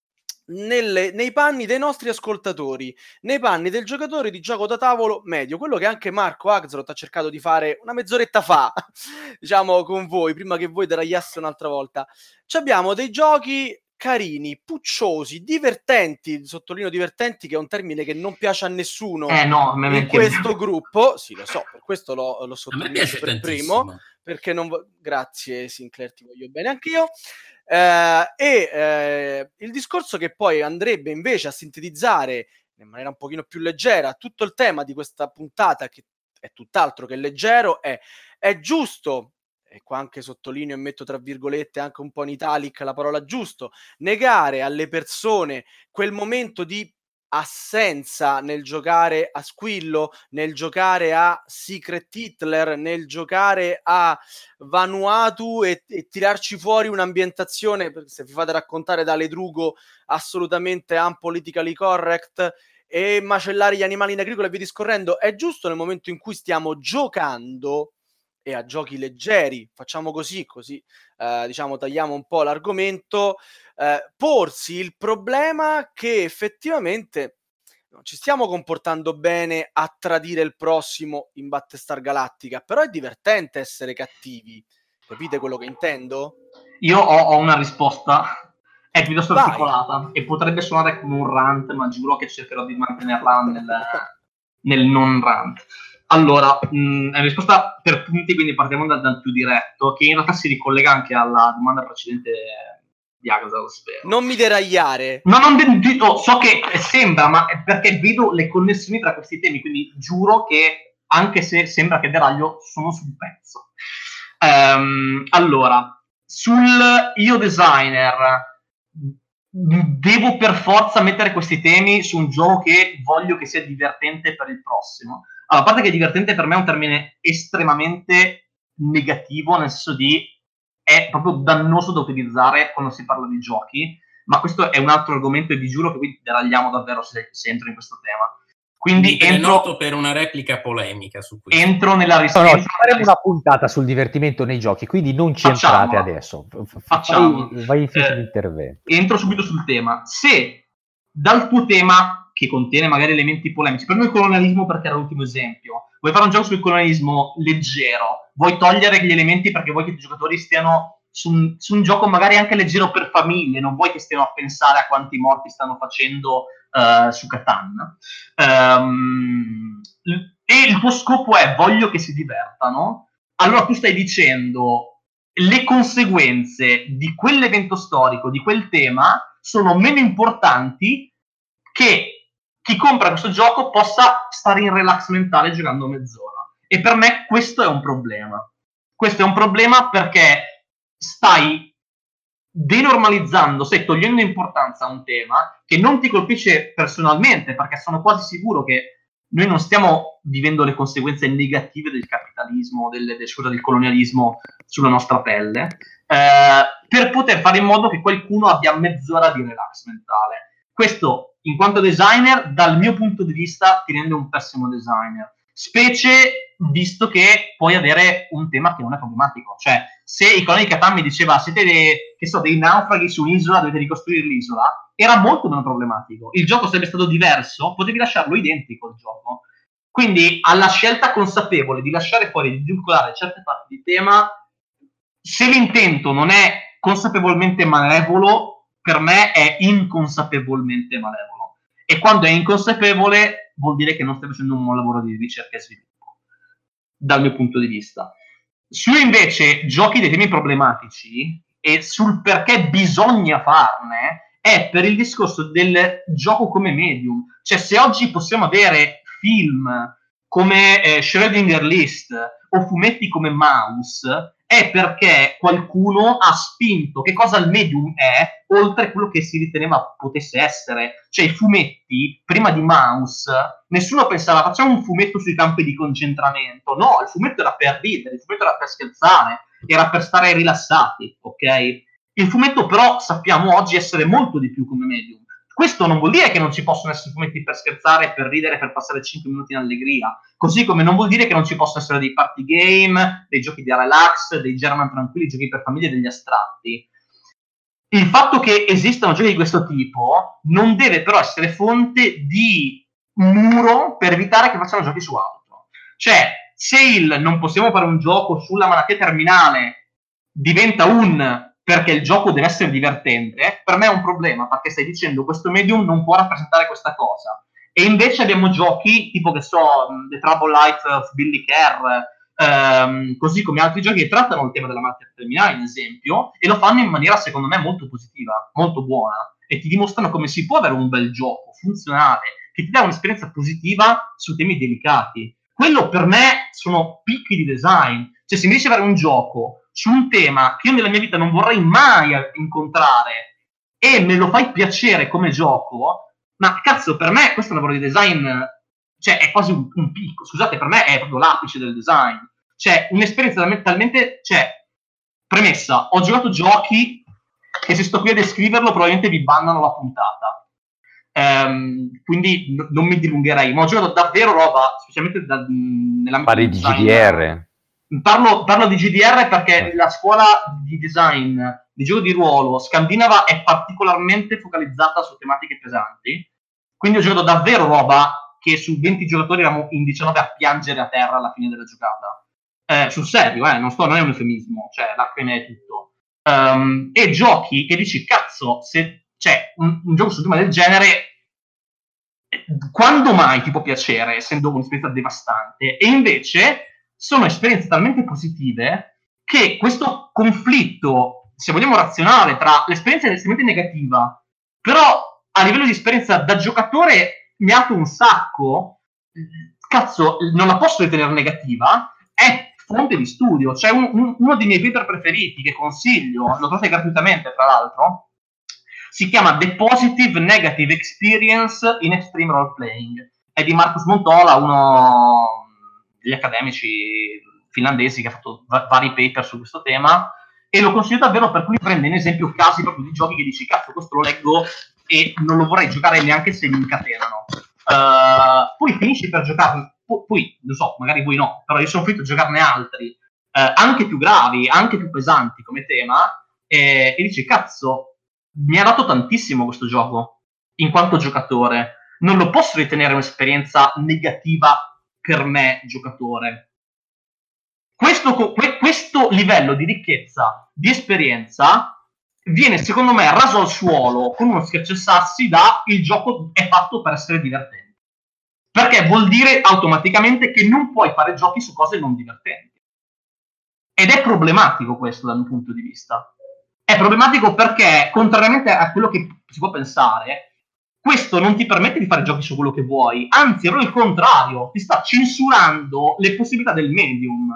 nelle, nei panni dei nostri ascoltatori, nei panni del giocatore di gioco da tavolo medio, quello che anche Marco Axelrod ha cercato di fare una mezz'oretta fa, diciamo, con voi, prima che voi deragliaste un'altra volta. Ci abbiamo dei giochi carini, pucciosi, divertenti, sottolineo divertenti, che è un termine che non piace a nessuno eh no, in questo gruppo, sì lo so, per questo l'ho, l'ho sottolineato per tantissimo. primo, perché non vo- grazie Sinclair, ti voglio bene anch'io. Eh, e eh, il discorso che poi andrebbe invece a sintetizzare in maniera un pochino più leggera tutto il tema di questa puntata, che è tutt'altro che leggero, è è giusto, e qua anche sottolineo e metto tra virgolette anche un po' in italic la parola giusto, negare alle persone quel momento di assenza nel giocare a Squillo, nel giocare a Secret Hitler, nel giocare a Vanuatu e, e tirarci fuori un'ambientazione, se vi fate raccontare da Ledrugo, assolutamente unpolitically correct, e macellare gli animali in agricola e via discorrendo. È giusto nel momento in cui stiamo giocando e a giochi leggeri, facciamo così, così eh, diciamo tagliamo un po' l'argomento, eh, porsi il problema che effettivamente non ci stiamo comportando bene a tradire il prossimo in Battlestar Galactica, però è divertente essere cattivi, capite quello che intendo? Io ho, ho una risposta, è piuttosto Vai. articolata e potrebbe suonare come un rant, ma giuro che cercherò di mantenerla nel, nel non rant. Allora, mh, è una risposta per punti, quindi partiamo dal, dal più diretto, che in realtà si ricollega anche alla domanda precedente di Axel, spero. Non mi deragliare. No, non oh, so che sembra, ma è perché vedo le connessioni tra questi temi, quindi giuro che, anche se sembra che deraglio, sono sul pezzo. Um, allora, sul io designer devo per forza mettere questi temi su un gioco che voglio che sia divertente per il prossimo. Allora, a parte che divertente per me è un termine estremamente negativo, nel senso di è proprio dannoso da utilizzare quando si parla di giochi, ma questo è un altro argomento e vi giuro che qui deragliamo davvero se, se entro in questo tema. Quindi è entro, noto per una replica polemica su questo. Entro nella risposta. No, no, faremo una puntata sul divertimento nei giochi, quindi non ci entrate adesso. Facciamo. Vai, vai in fine eh, l'intervento. Entro subito sul tema. Se dal tuo tema, che contiene magari elementi polemici, prendo il colonialismo perché era l'ultimo esempio, vuoi fare un gioco sul colonialismo leggero, vuoi togliere gli elementi perché vuoi che i giocatori stiano su un, su un gioco magari anche leggero per famiglie, non vuoi che stiano a pensare a quanti morti stanno facendo uh, su Catan, um, e il tuo scopo è voglio che si divertano, allora tu stai dicendo le conseguenze di quell'evento storico, di quel tema, sono meno importanti che chi compra questo gioco possa stare in relax mentale giocando mezz'ora. E per me questo è un problema. Questo è un problema perché stai denormalizzando, stai togliendo importanza a un tema che non ti colpisce personalmente, perché sono quasi sicuro che noi non stiamo vivendo le conseguenze negative del capitalismo, del, del, scusa, del colonialismo sulla nostra pelle, eh, per poter fare in modo che qualcuno abbia mezz'ora di relax mentale. Questo, in quanto designer, dal mio punto di vista, ti rende un pessimo designer. Specie visto che puoi avere un tema che non è problematico. Cioè, se i coloni di Catan mi diceva siete dei, che so, dei naufraghi su un'isola, dovete ricostruire l'isola, era molto meno problematico. Il gioco sarebbe stato diverso, potevi lasciarlo identico il gioco. Quindi, alla scelta consapevole di lasciare fuori, di vincolare certe parti di tema, se l'intento non è consapevolmente malevolo, per me è inconsapevolmente malevolo. E quando è inconsapevole vuol dire che non stai facendo un buon lavoro di ricerca e sviluppo, dal mio punto di vista. Su invece giochi dei temi problematici e sul perché bisogna farne è per il discorso del gioco come medium. Cioè, se oggi possiamo avere film come eh, Schrödinger List o fumetti come Mouse, è perché qualcuno ha spinto che cosa il medium è, oltre a quello che si riteneva potesse essere. Cioè, i fumetti, prima di Mouse, nessuno pensava facciamo un fumetto sui campi di concentramento. No, il fumetto era per ridere, il fumetto era per scherzare, era per stare rilassati, ok? Il fumetto però sappiamo oggi essere molto di più come medium. Questo non vuol dire che non ci possono essere fumetti per scherzare, per ridere, per passare cinque minuti in allegria. Così come non vuol dire che non ci possono essere dei party game, dei giochi di relax, dei German tranquilli, giochi per famiglie, degli astratti. Il fatto che esistano giochi di questo tipo non deve però essere fonte di muro per evitare che facciano giochi su altro. Cioè, se il non possiamo fare un gioco sulla malattia terminale diventa un perché il gioco deve essere divertente, per me è un problema, perché stai dicendo questo medium non può rappresentare questa cosa. E invece abbiamo giochi tipo, che so, The Troubled Life of Billy Kerr, ehm, così come altri giochi che trattano il tema della malattia terminale, ad esempio, e lo fanno in maniera, secondo me, molto positiva, molto buona, e ti dimostrano come si può avere un bel gioco, funzionale, che ti dà un'esperienza positiva su temi delicati. Quello per me sono picchi di design. Cioè, se mi dice avere un gioco su un tema che io nella mia vita non vorrei mai incontrare e me lo fai piacere come gioco, ma cazzo, per me questo è un lavoro di design, cioè è quasi un, un picco, scusate, per me è proprio l'apice del design. Cioè, un'esperienza talmente, talmente, cioè, premessa, ho giocato giochi che se sto qui a descriverlo probabilmente vi bannano la puntata. Um, quindi n- non mi dilungherei, ma ho giocato davvero roba, specialmente da, nell'ambito Parli di G D R. Parlo, parlo di G D R perché la scuola di design di gioco di ruolo scandinava è particolarmente focalizzata su tematiche pesanti, quindi ho giocato davvero roba che su venti giocatori eravamo in diciannove a piangere a terra alla fine della giocata, eh, sul serio, eh, non sto, non è un eufemismo, cioè lacrime e tutto, um, e giochi che dici cazzo, se c'è un, un gioco su un tema del genere quando mai ti può piacere, essendo un'esperienza devastante? E invece sono esperienze talmente positive che questo conflitto, se vogliamo razionale, tra l'esperienza estremamente negativa, però a livello di esperienza da giocatore mi ha dato un sacco, cazzo, non la posso ritenere negativa, è fonte di studio. C'è un, un, uno dei miei paper preferiti che consiglio, lo trovate gratuitamente tra l'altro, si chiama The Positive Negative Experience in Extreme Role Playing. È di Marcus Montola, uno degli accademici finlandesi che ha fatto va- vari paper su questo tema, e lo consiglio davvero per cui prende in esempio casi proprio di giochi che dici cazzo questo lo leggo e non lo vorrei giocare neanche se mi incatenano. Uh, poi finisci per giocarne, pu- poi non so, magari voi no, però io sono finito a giocarne altri, uh, anche più gravi, anche più pesanti come tema, e, e dici cazzo mi ha dato tantissimo questo gioco in quanto giocatore, non lo posso ritenere un'esperienza negativa per me giocatore. Questo, que- questo livello di ricchezza di esperienza viene secondo me raso al suolo con uno schiacciasassi da il gioco è fatto per essere divertente, perché vuol dire automaticamente che non puoi fare giochi su cose non divertenti, ed è problematico questo dal mio punto di vista. È problematico perché, contrariamente a quello che si può pensare, questo non ti permette di fare giochi su quello che vuoi, anzi, è il contrario, ti sta censurando le possibilità del medium.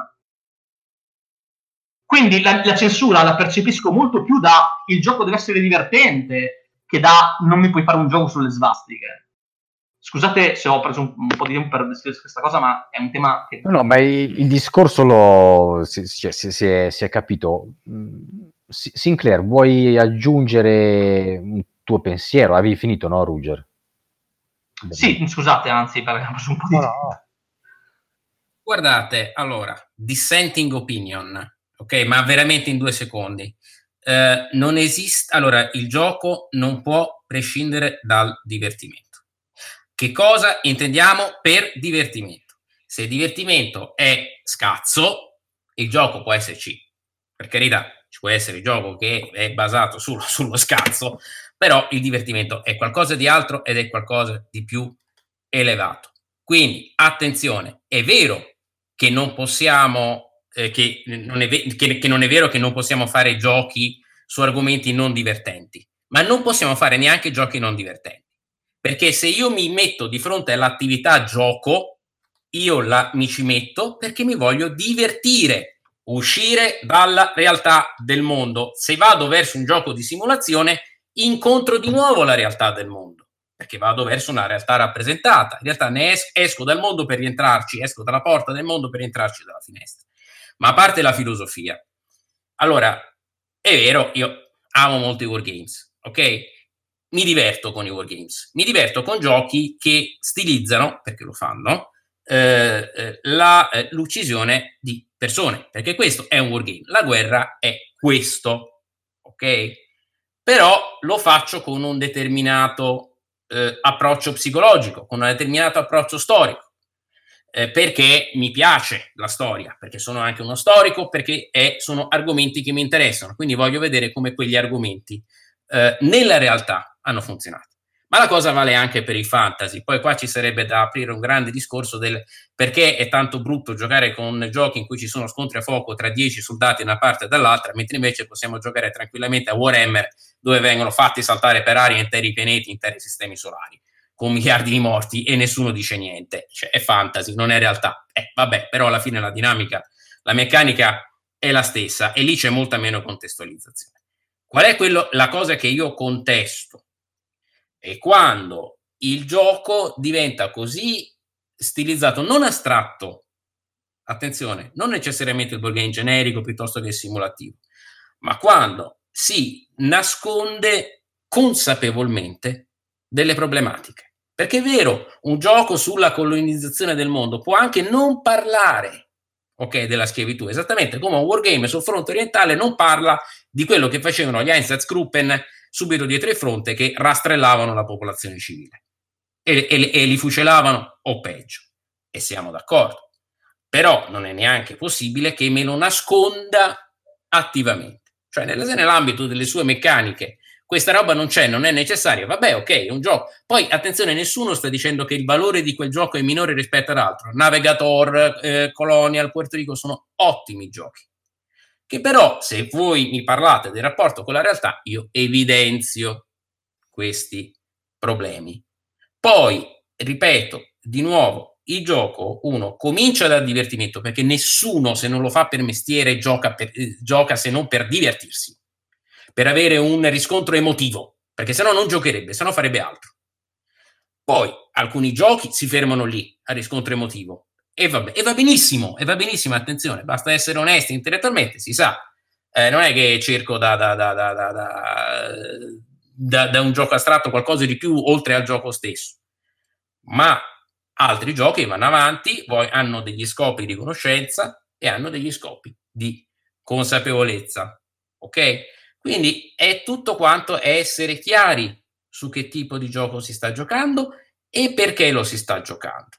Quindi la, la censura la percepisco molto più da il gioco deve essere divertente che da non mi puoi fare un gioco sulle svastiche. Scusate se ho preso un, un po' di tempo per descrivere questa cosa, ma è un tema che... No, no, ma il, il discorso lo, si, si, si, si, è, si è capito. Sinclair, vuoi aggiungere un tuo pensiero? Avevi finito, no, Ruger? Sì, scusate, anzi, perché ho preso un po' di no, tempo. no. Guardate, allora, dissenting opinion, ok, ma veramente in due secondi. Eh, non esiste, allora, il gioco non può prescindere dal divertimento. Che cosa intendiamo per divertimento? Se il divertimento è scazzo, il gioco può esserci, per carità, ci può essere il gioco che è basato sullo, sullo scazzo, però il divertimento è qualcosa di altro ed è qualcosa di più elevato. Quindi, attenzione, è vero che non possiamo, eh, che, non è ve- che, che non è vero che non possiamo fare giochi su argomenti non divertenti, ma non possiamo fare neanche giochi non divertenti. Perché se io mi metto di fronte all'attività gioco, io la, mi ci metto perché mi voglio divertire, uscire dalla realtà del mondo. Se vado verso un gioco di simulazione, incontro di nuovo la realtà del mondo, perché vado verso una realtà rappresentata. In realtà ne es- esco dal mondo per rientrarci, esco dalla porta del mondo per rientrarci dalla finestra. Ma a parte la filosofia, allora, è vero, io amo molto i wargames, ok? Mi diverto con i wargames, mi diverto con giochi che stilizzano, perché lo fanno, eh, eh, la, eh, l'uccisione di persone, perché questo è un wargame, la guerra è questo, ok? Però lo faccio con un determinato eh, approccio psicologico, con un determinato approccio storico, eh, perché mi piace la storia, perché sono anche uno storico, perché è, sono argomenti che mi interessano, quindi voglio vedere come quegli argomenti eh, nella realtà hanno funzionato. Ma la cosa vale anche per i fantasy. Poi qua ci sarebbe da aprire un grande discorso del perché è tanto brutto giocare con giochi in cui ci sono scontri a fuoco tra dieci soldati da una parte e dall'altra, mentre invece possiamo giocare tranquillamente a Warhammer, dove vengono fatti saltare per aria interi pianeti, interi sistemi solari, con miliardi di morti e nessuno dice niente. Cioè, è fantasy, non è realtà. Eh, vabbè, però alla fine la dinamica, la meccanica è la stessa e lì c'è molta meno contestualizzazione. Qual è quello, la cosa che io contesto? È quando il gioco diventa così stilizzato, non astratto, attenzione, non necessariamente il board game generico piuttosto che simulativo, ma quando si nasconde consapevolmente delle problematiche. Perché è vero, un gioco sulla colonizzazione del mondo può anche non parlare, ok, della schiavitù, esattamente come un wargame sul fronte orientale non parla di quello che facevano gli Einsatzgruppen subito dietro il fronte, che rastrellavano la popolazione civile e, e, e li fucilavano o peggio. E siamo d'accordo. Però non è neanche possibile che me lo nasconda attivamente. Cioè, nell'ambito delle sue meccaniche, questa roba non c'è, non è necessaria. Vabbè, ok, è un gioco. Poi, attenzione, nessuno sta dicendo che il valore di quel gioco è minore rispetto ad altro. Navigator, eh, Colonial, Puerto Rico sono ottimi giochi. Che però, se voi mi parlate del rapporto con la realtà, io evidenzio questi problemi. Poi, ripeto, di nuovo, il gioco, uno, comincia dal divertimento, perché nessuno, se non lo fa per mestiere, gioca, per, eh, gioca se non per divertirsi, per avere un riscontro emotivo, perché sennò non giocherebbe, sennò farebbe altro. Poi alcuni giochi si fermano lì, a riscontro emotivo, e va, e va benissimo, e va benissimo, attenzione, basta essere onesti intellettualmente, si sa. Eh, non è che cerco da, da, da, da, da, da, da, da un gioco astratto qualcosa di più oltre al gioco stesso, ma altri giochi vanno avanti, poi hanno degli scopi di conoscenza e hanno degli scopi di consapevolezza, ok? Quindi è tutto quanto è essere chiari su che tipo di gioco si sta giocando e perché lo si sta giocando.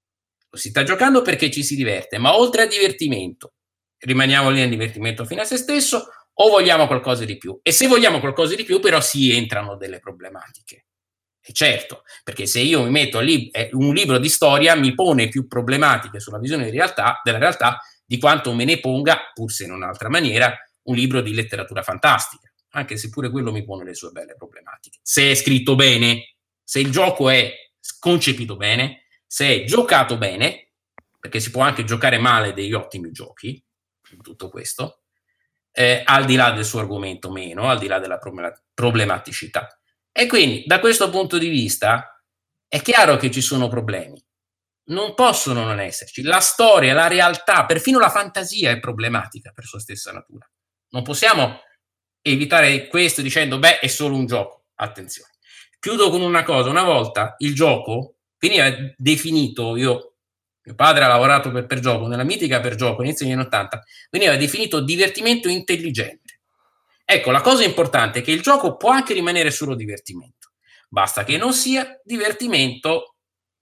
Lo si sta giocando perché ci si diverte, ma oltre al divertimento, rimaniamo lì nel divertimento fino a se stesso o vogliamo qualcosa di più? E se vogliamo qualcosa di più, però si entrano delle problematiche. E certo, perché se io mi metto lì, eh, un libro di storia mi pone più problematiche sulla visione di realtà, della realtà di quanto me ne ponga, pur se in un'altra maniera, un libro di letteratura fantastica, anche se pure quello mi pone le sue belle problematiche. Se è scritto bene, se il gioco è concepito bene, se è giocato bene, perché si può anche giocare male degli ottimi giochi, tutto questo, eh, al di là del suo argomento meno, al di là della problematicità. E quindi, da questo punto di vista, è chiaro che ci sono problemi. Non possono non esserci. La storia, la realtà, perfino la fantasia è problematica per sua stessa natura. Non possiamo evitare questo dicendo, beh, è solo un gioco. Attenzione. Chiudo con una cosa. Una volta il gioco veniva definito, io, mio padre ha lavorato per, per gioco, nella mitica Per Gioco, inizio degli anni ottanta, veniva definito divertimento intelligente. Ecco, la cosa importante è che il gioco può anche rimanere solo divertimento. Basta che non sia divertimento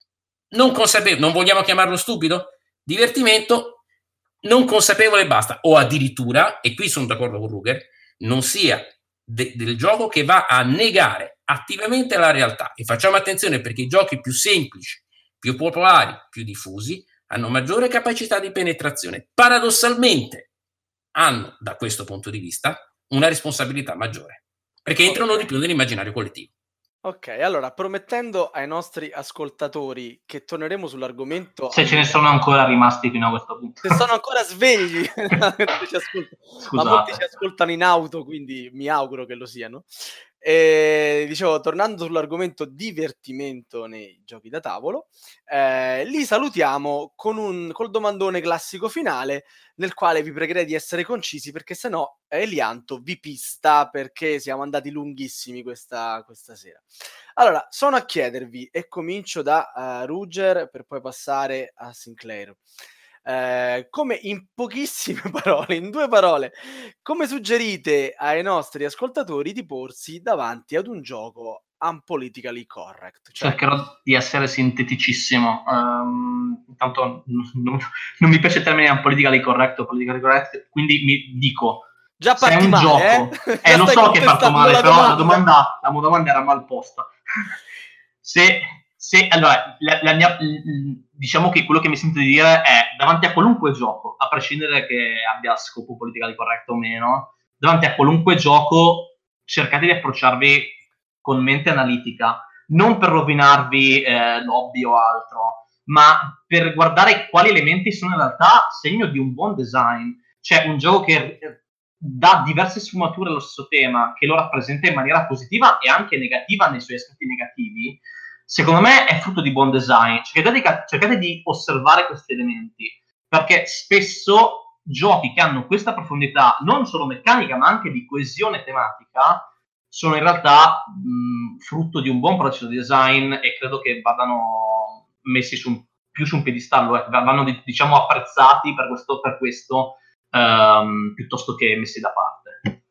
non consapevole, non vogliamo chiamarlo stupido? Divertimento non consapevole, basta. O addirittura, e qui sono d'accordo con Ruger, non sia de- del gioco che va a negare attivamente la realtà. E facciamo attenzione perché i giochi più semplici, più popolari, più diffusi, hanno maggiore capacità di penetrazione. Paradossalmente hanno, da questo punto di vista, una responsabilità maggiore, perché entrano okay. di più nell'immaginario collettivo. Ok, allora, promettendo ai nostri ascoltatori che torneremo sull'argomento... Se ce ne sono ancora rimasti fino a questo punto. Se sono ancora svegli, ci ma molti ci ascoltano in auto, quindi mi auguro che lo siano. E, dicevo, tornando sull'argomento divertimento nei giochi da tavolo, eh, li salutiamo con un col domandone classico finale, nel quale vi pregherei di essere concisi, perché sennò Elianto vi pista, perché siamo andati lunghissimi questa, questa sera. Allora, sono a chiedervi, e comincio da uh, Ruger per poi passare a Sinclair. Eh, come in pochissime parole, in due parole, come suggerite ai nostri ascoltatori di porsi davanti ad un gioco unpolitically correct? Cioè... Cercherò di essere sinteticissimo. Um, intanto non, non mi piace il termine unpolitically correct o politically correct, quindi mi dico già se è un male, gioco, eh? eh, non so che parto male, la però domanda. la domanda, la domanda era mal posta. se Se, allora, la, la mia, diciamo che quello che mi sento di dire è, davanti a qualunque gioco, a prescindere che abbia scopo politically corretto o meno, davanti a qualunque gioco cercate di approcciarvi con mente analitica, non per rovinarvi eh, l'hobby o altro, ma per guardare quali elementi sono in realtà segno di un buon design. Cioè un gioco che dà diverse sfumature allo stesso tema, che lo rappresenta in maniera positiva e anche negativa nei suoi aspetti negativi, secondo me è frutto di buon design. Cercate di, cercate di osservare questi elementi, perché spesso giochi che hanno questa profondità, non solo meccanica, ma anche di coesione tematica, sono in realtà mh, frutto di un buon processo di design e credo che vadano messi su, più su un piedistallo, eh, vanno diciamo apprezzati per questo, per questo um, piuttosto che messi da parte.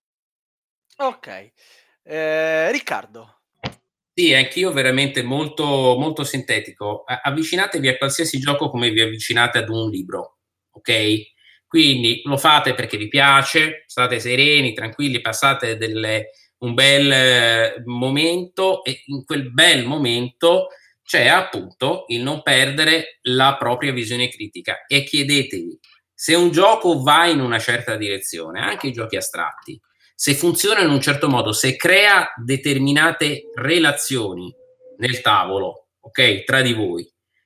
Ok. Eh, Riccardo. Sì, anch'io veramente molto, molto sintetico. Avvicinatevi a qualsiasi gioco come vi avvicinate ad un libro, ok? Quindi lo fate perché vi piace, state sereni, tranquilli, passate delle, un bel eh, momento e in quel bel momento c'è appunto il non perdere la propria visione critica e chiedetevi se un gioco va in una certa direzione, anche i giochi astratti, se funziona in un certo modo, se crea determinate relazioni nel tavolo, ok, tra di voi,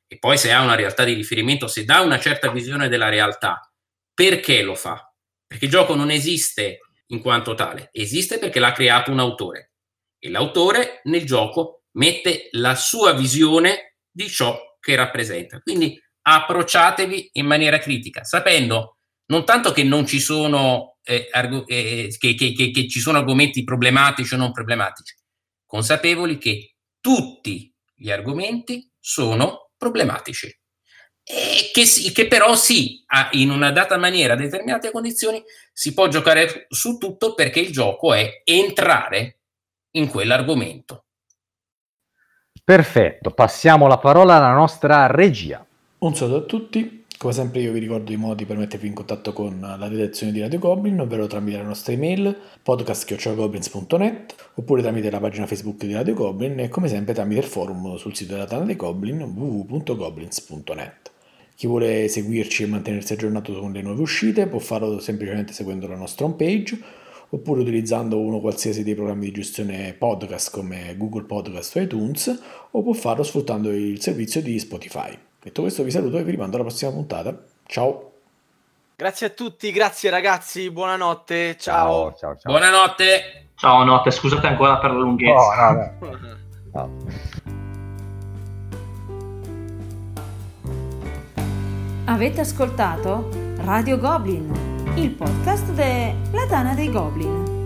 e poi se ha una realtà di riferimento, se dà una certa visione della realtà, perché lo fa? Perché il gioco non esiste in quanto tale, esiste perché l'ha creato un autore e l'autore nel gioco mette la sua visione di ciò che rappresenta. Quindi approcciatevi in maniera critica, sapendo non tanto che non ci sono eh, arg- eh, che, che, che, che ci sono argomenti problematici o non problematici, consapevoli che tutti gli argomenti sono problematici e che, sì, che però sì, in una data maniera, a determinate condizioni, si può giocare su tutto, perché il gioco è entrare in quell'argomento. Perfetto, passiamo la parola alla nostra regia. Un saluto a tutti, come sempre io vi ricordo i modi per mettervi in contatto con la redazione di Radio Goblin, ovvero tramite la nostra email podcast chiocciola goblins punto net oppure tramite la pagina Facebook di Radio Goblin e come sempre tramite il forum sul sito della Tana dei Goblin w w w punto goblins punto net. Chi vuole seguirci e mantenersi aggiornato con le nuove uscite può farlo semplicemente seguendo la nostra homepage oppure utilizzando uno qualsiasi dei programmi di gestione podcast come Google Podcast o iTunes, o può farlo sfruttando il servizio di Spotify. Detto questo vi saluto e vi rimando alla prossima puntata. Ciao! Grazie a tutti, grazie ragazzi, buonanotte, ciao! Ciao, ciao, ciao. Buonanotte! Ciao, notte, scusate ancora per la lunghezza. Oh, no, no. No. Avete ascoltato Radio Goblin, il podcast della Tana dei Goblin.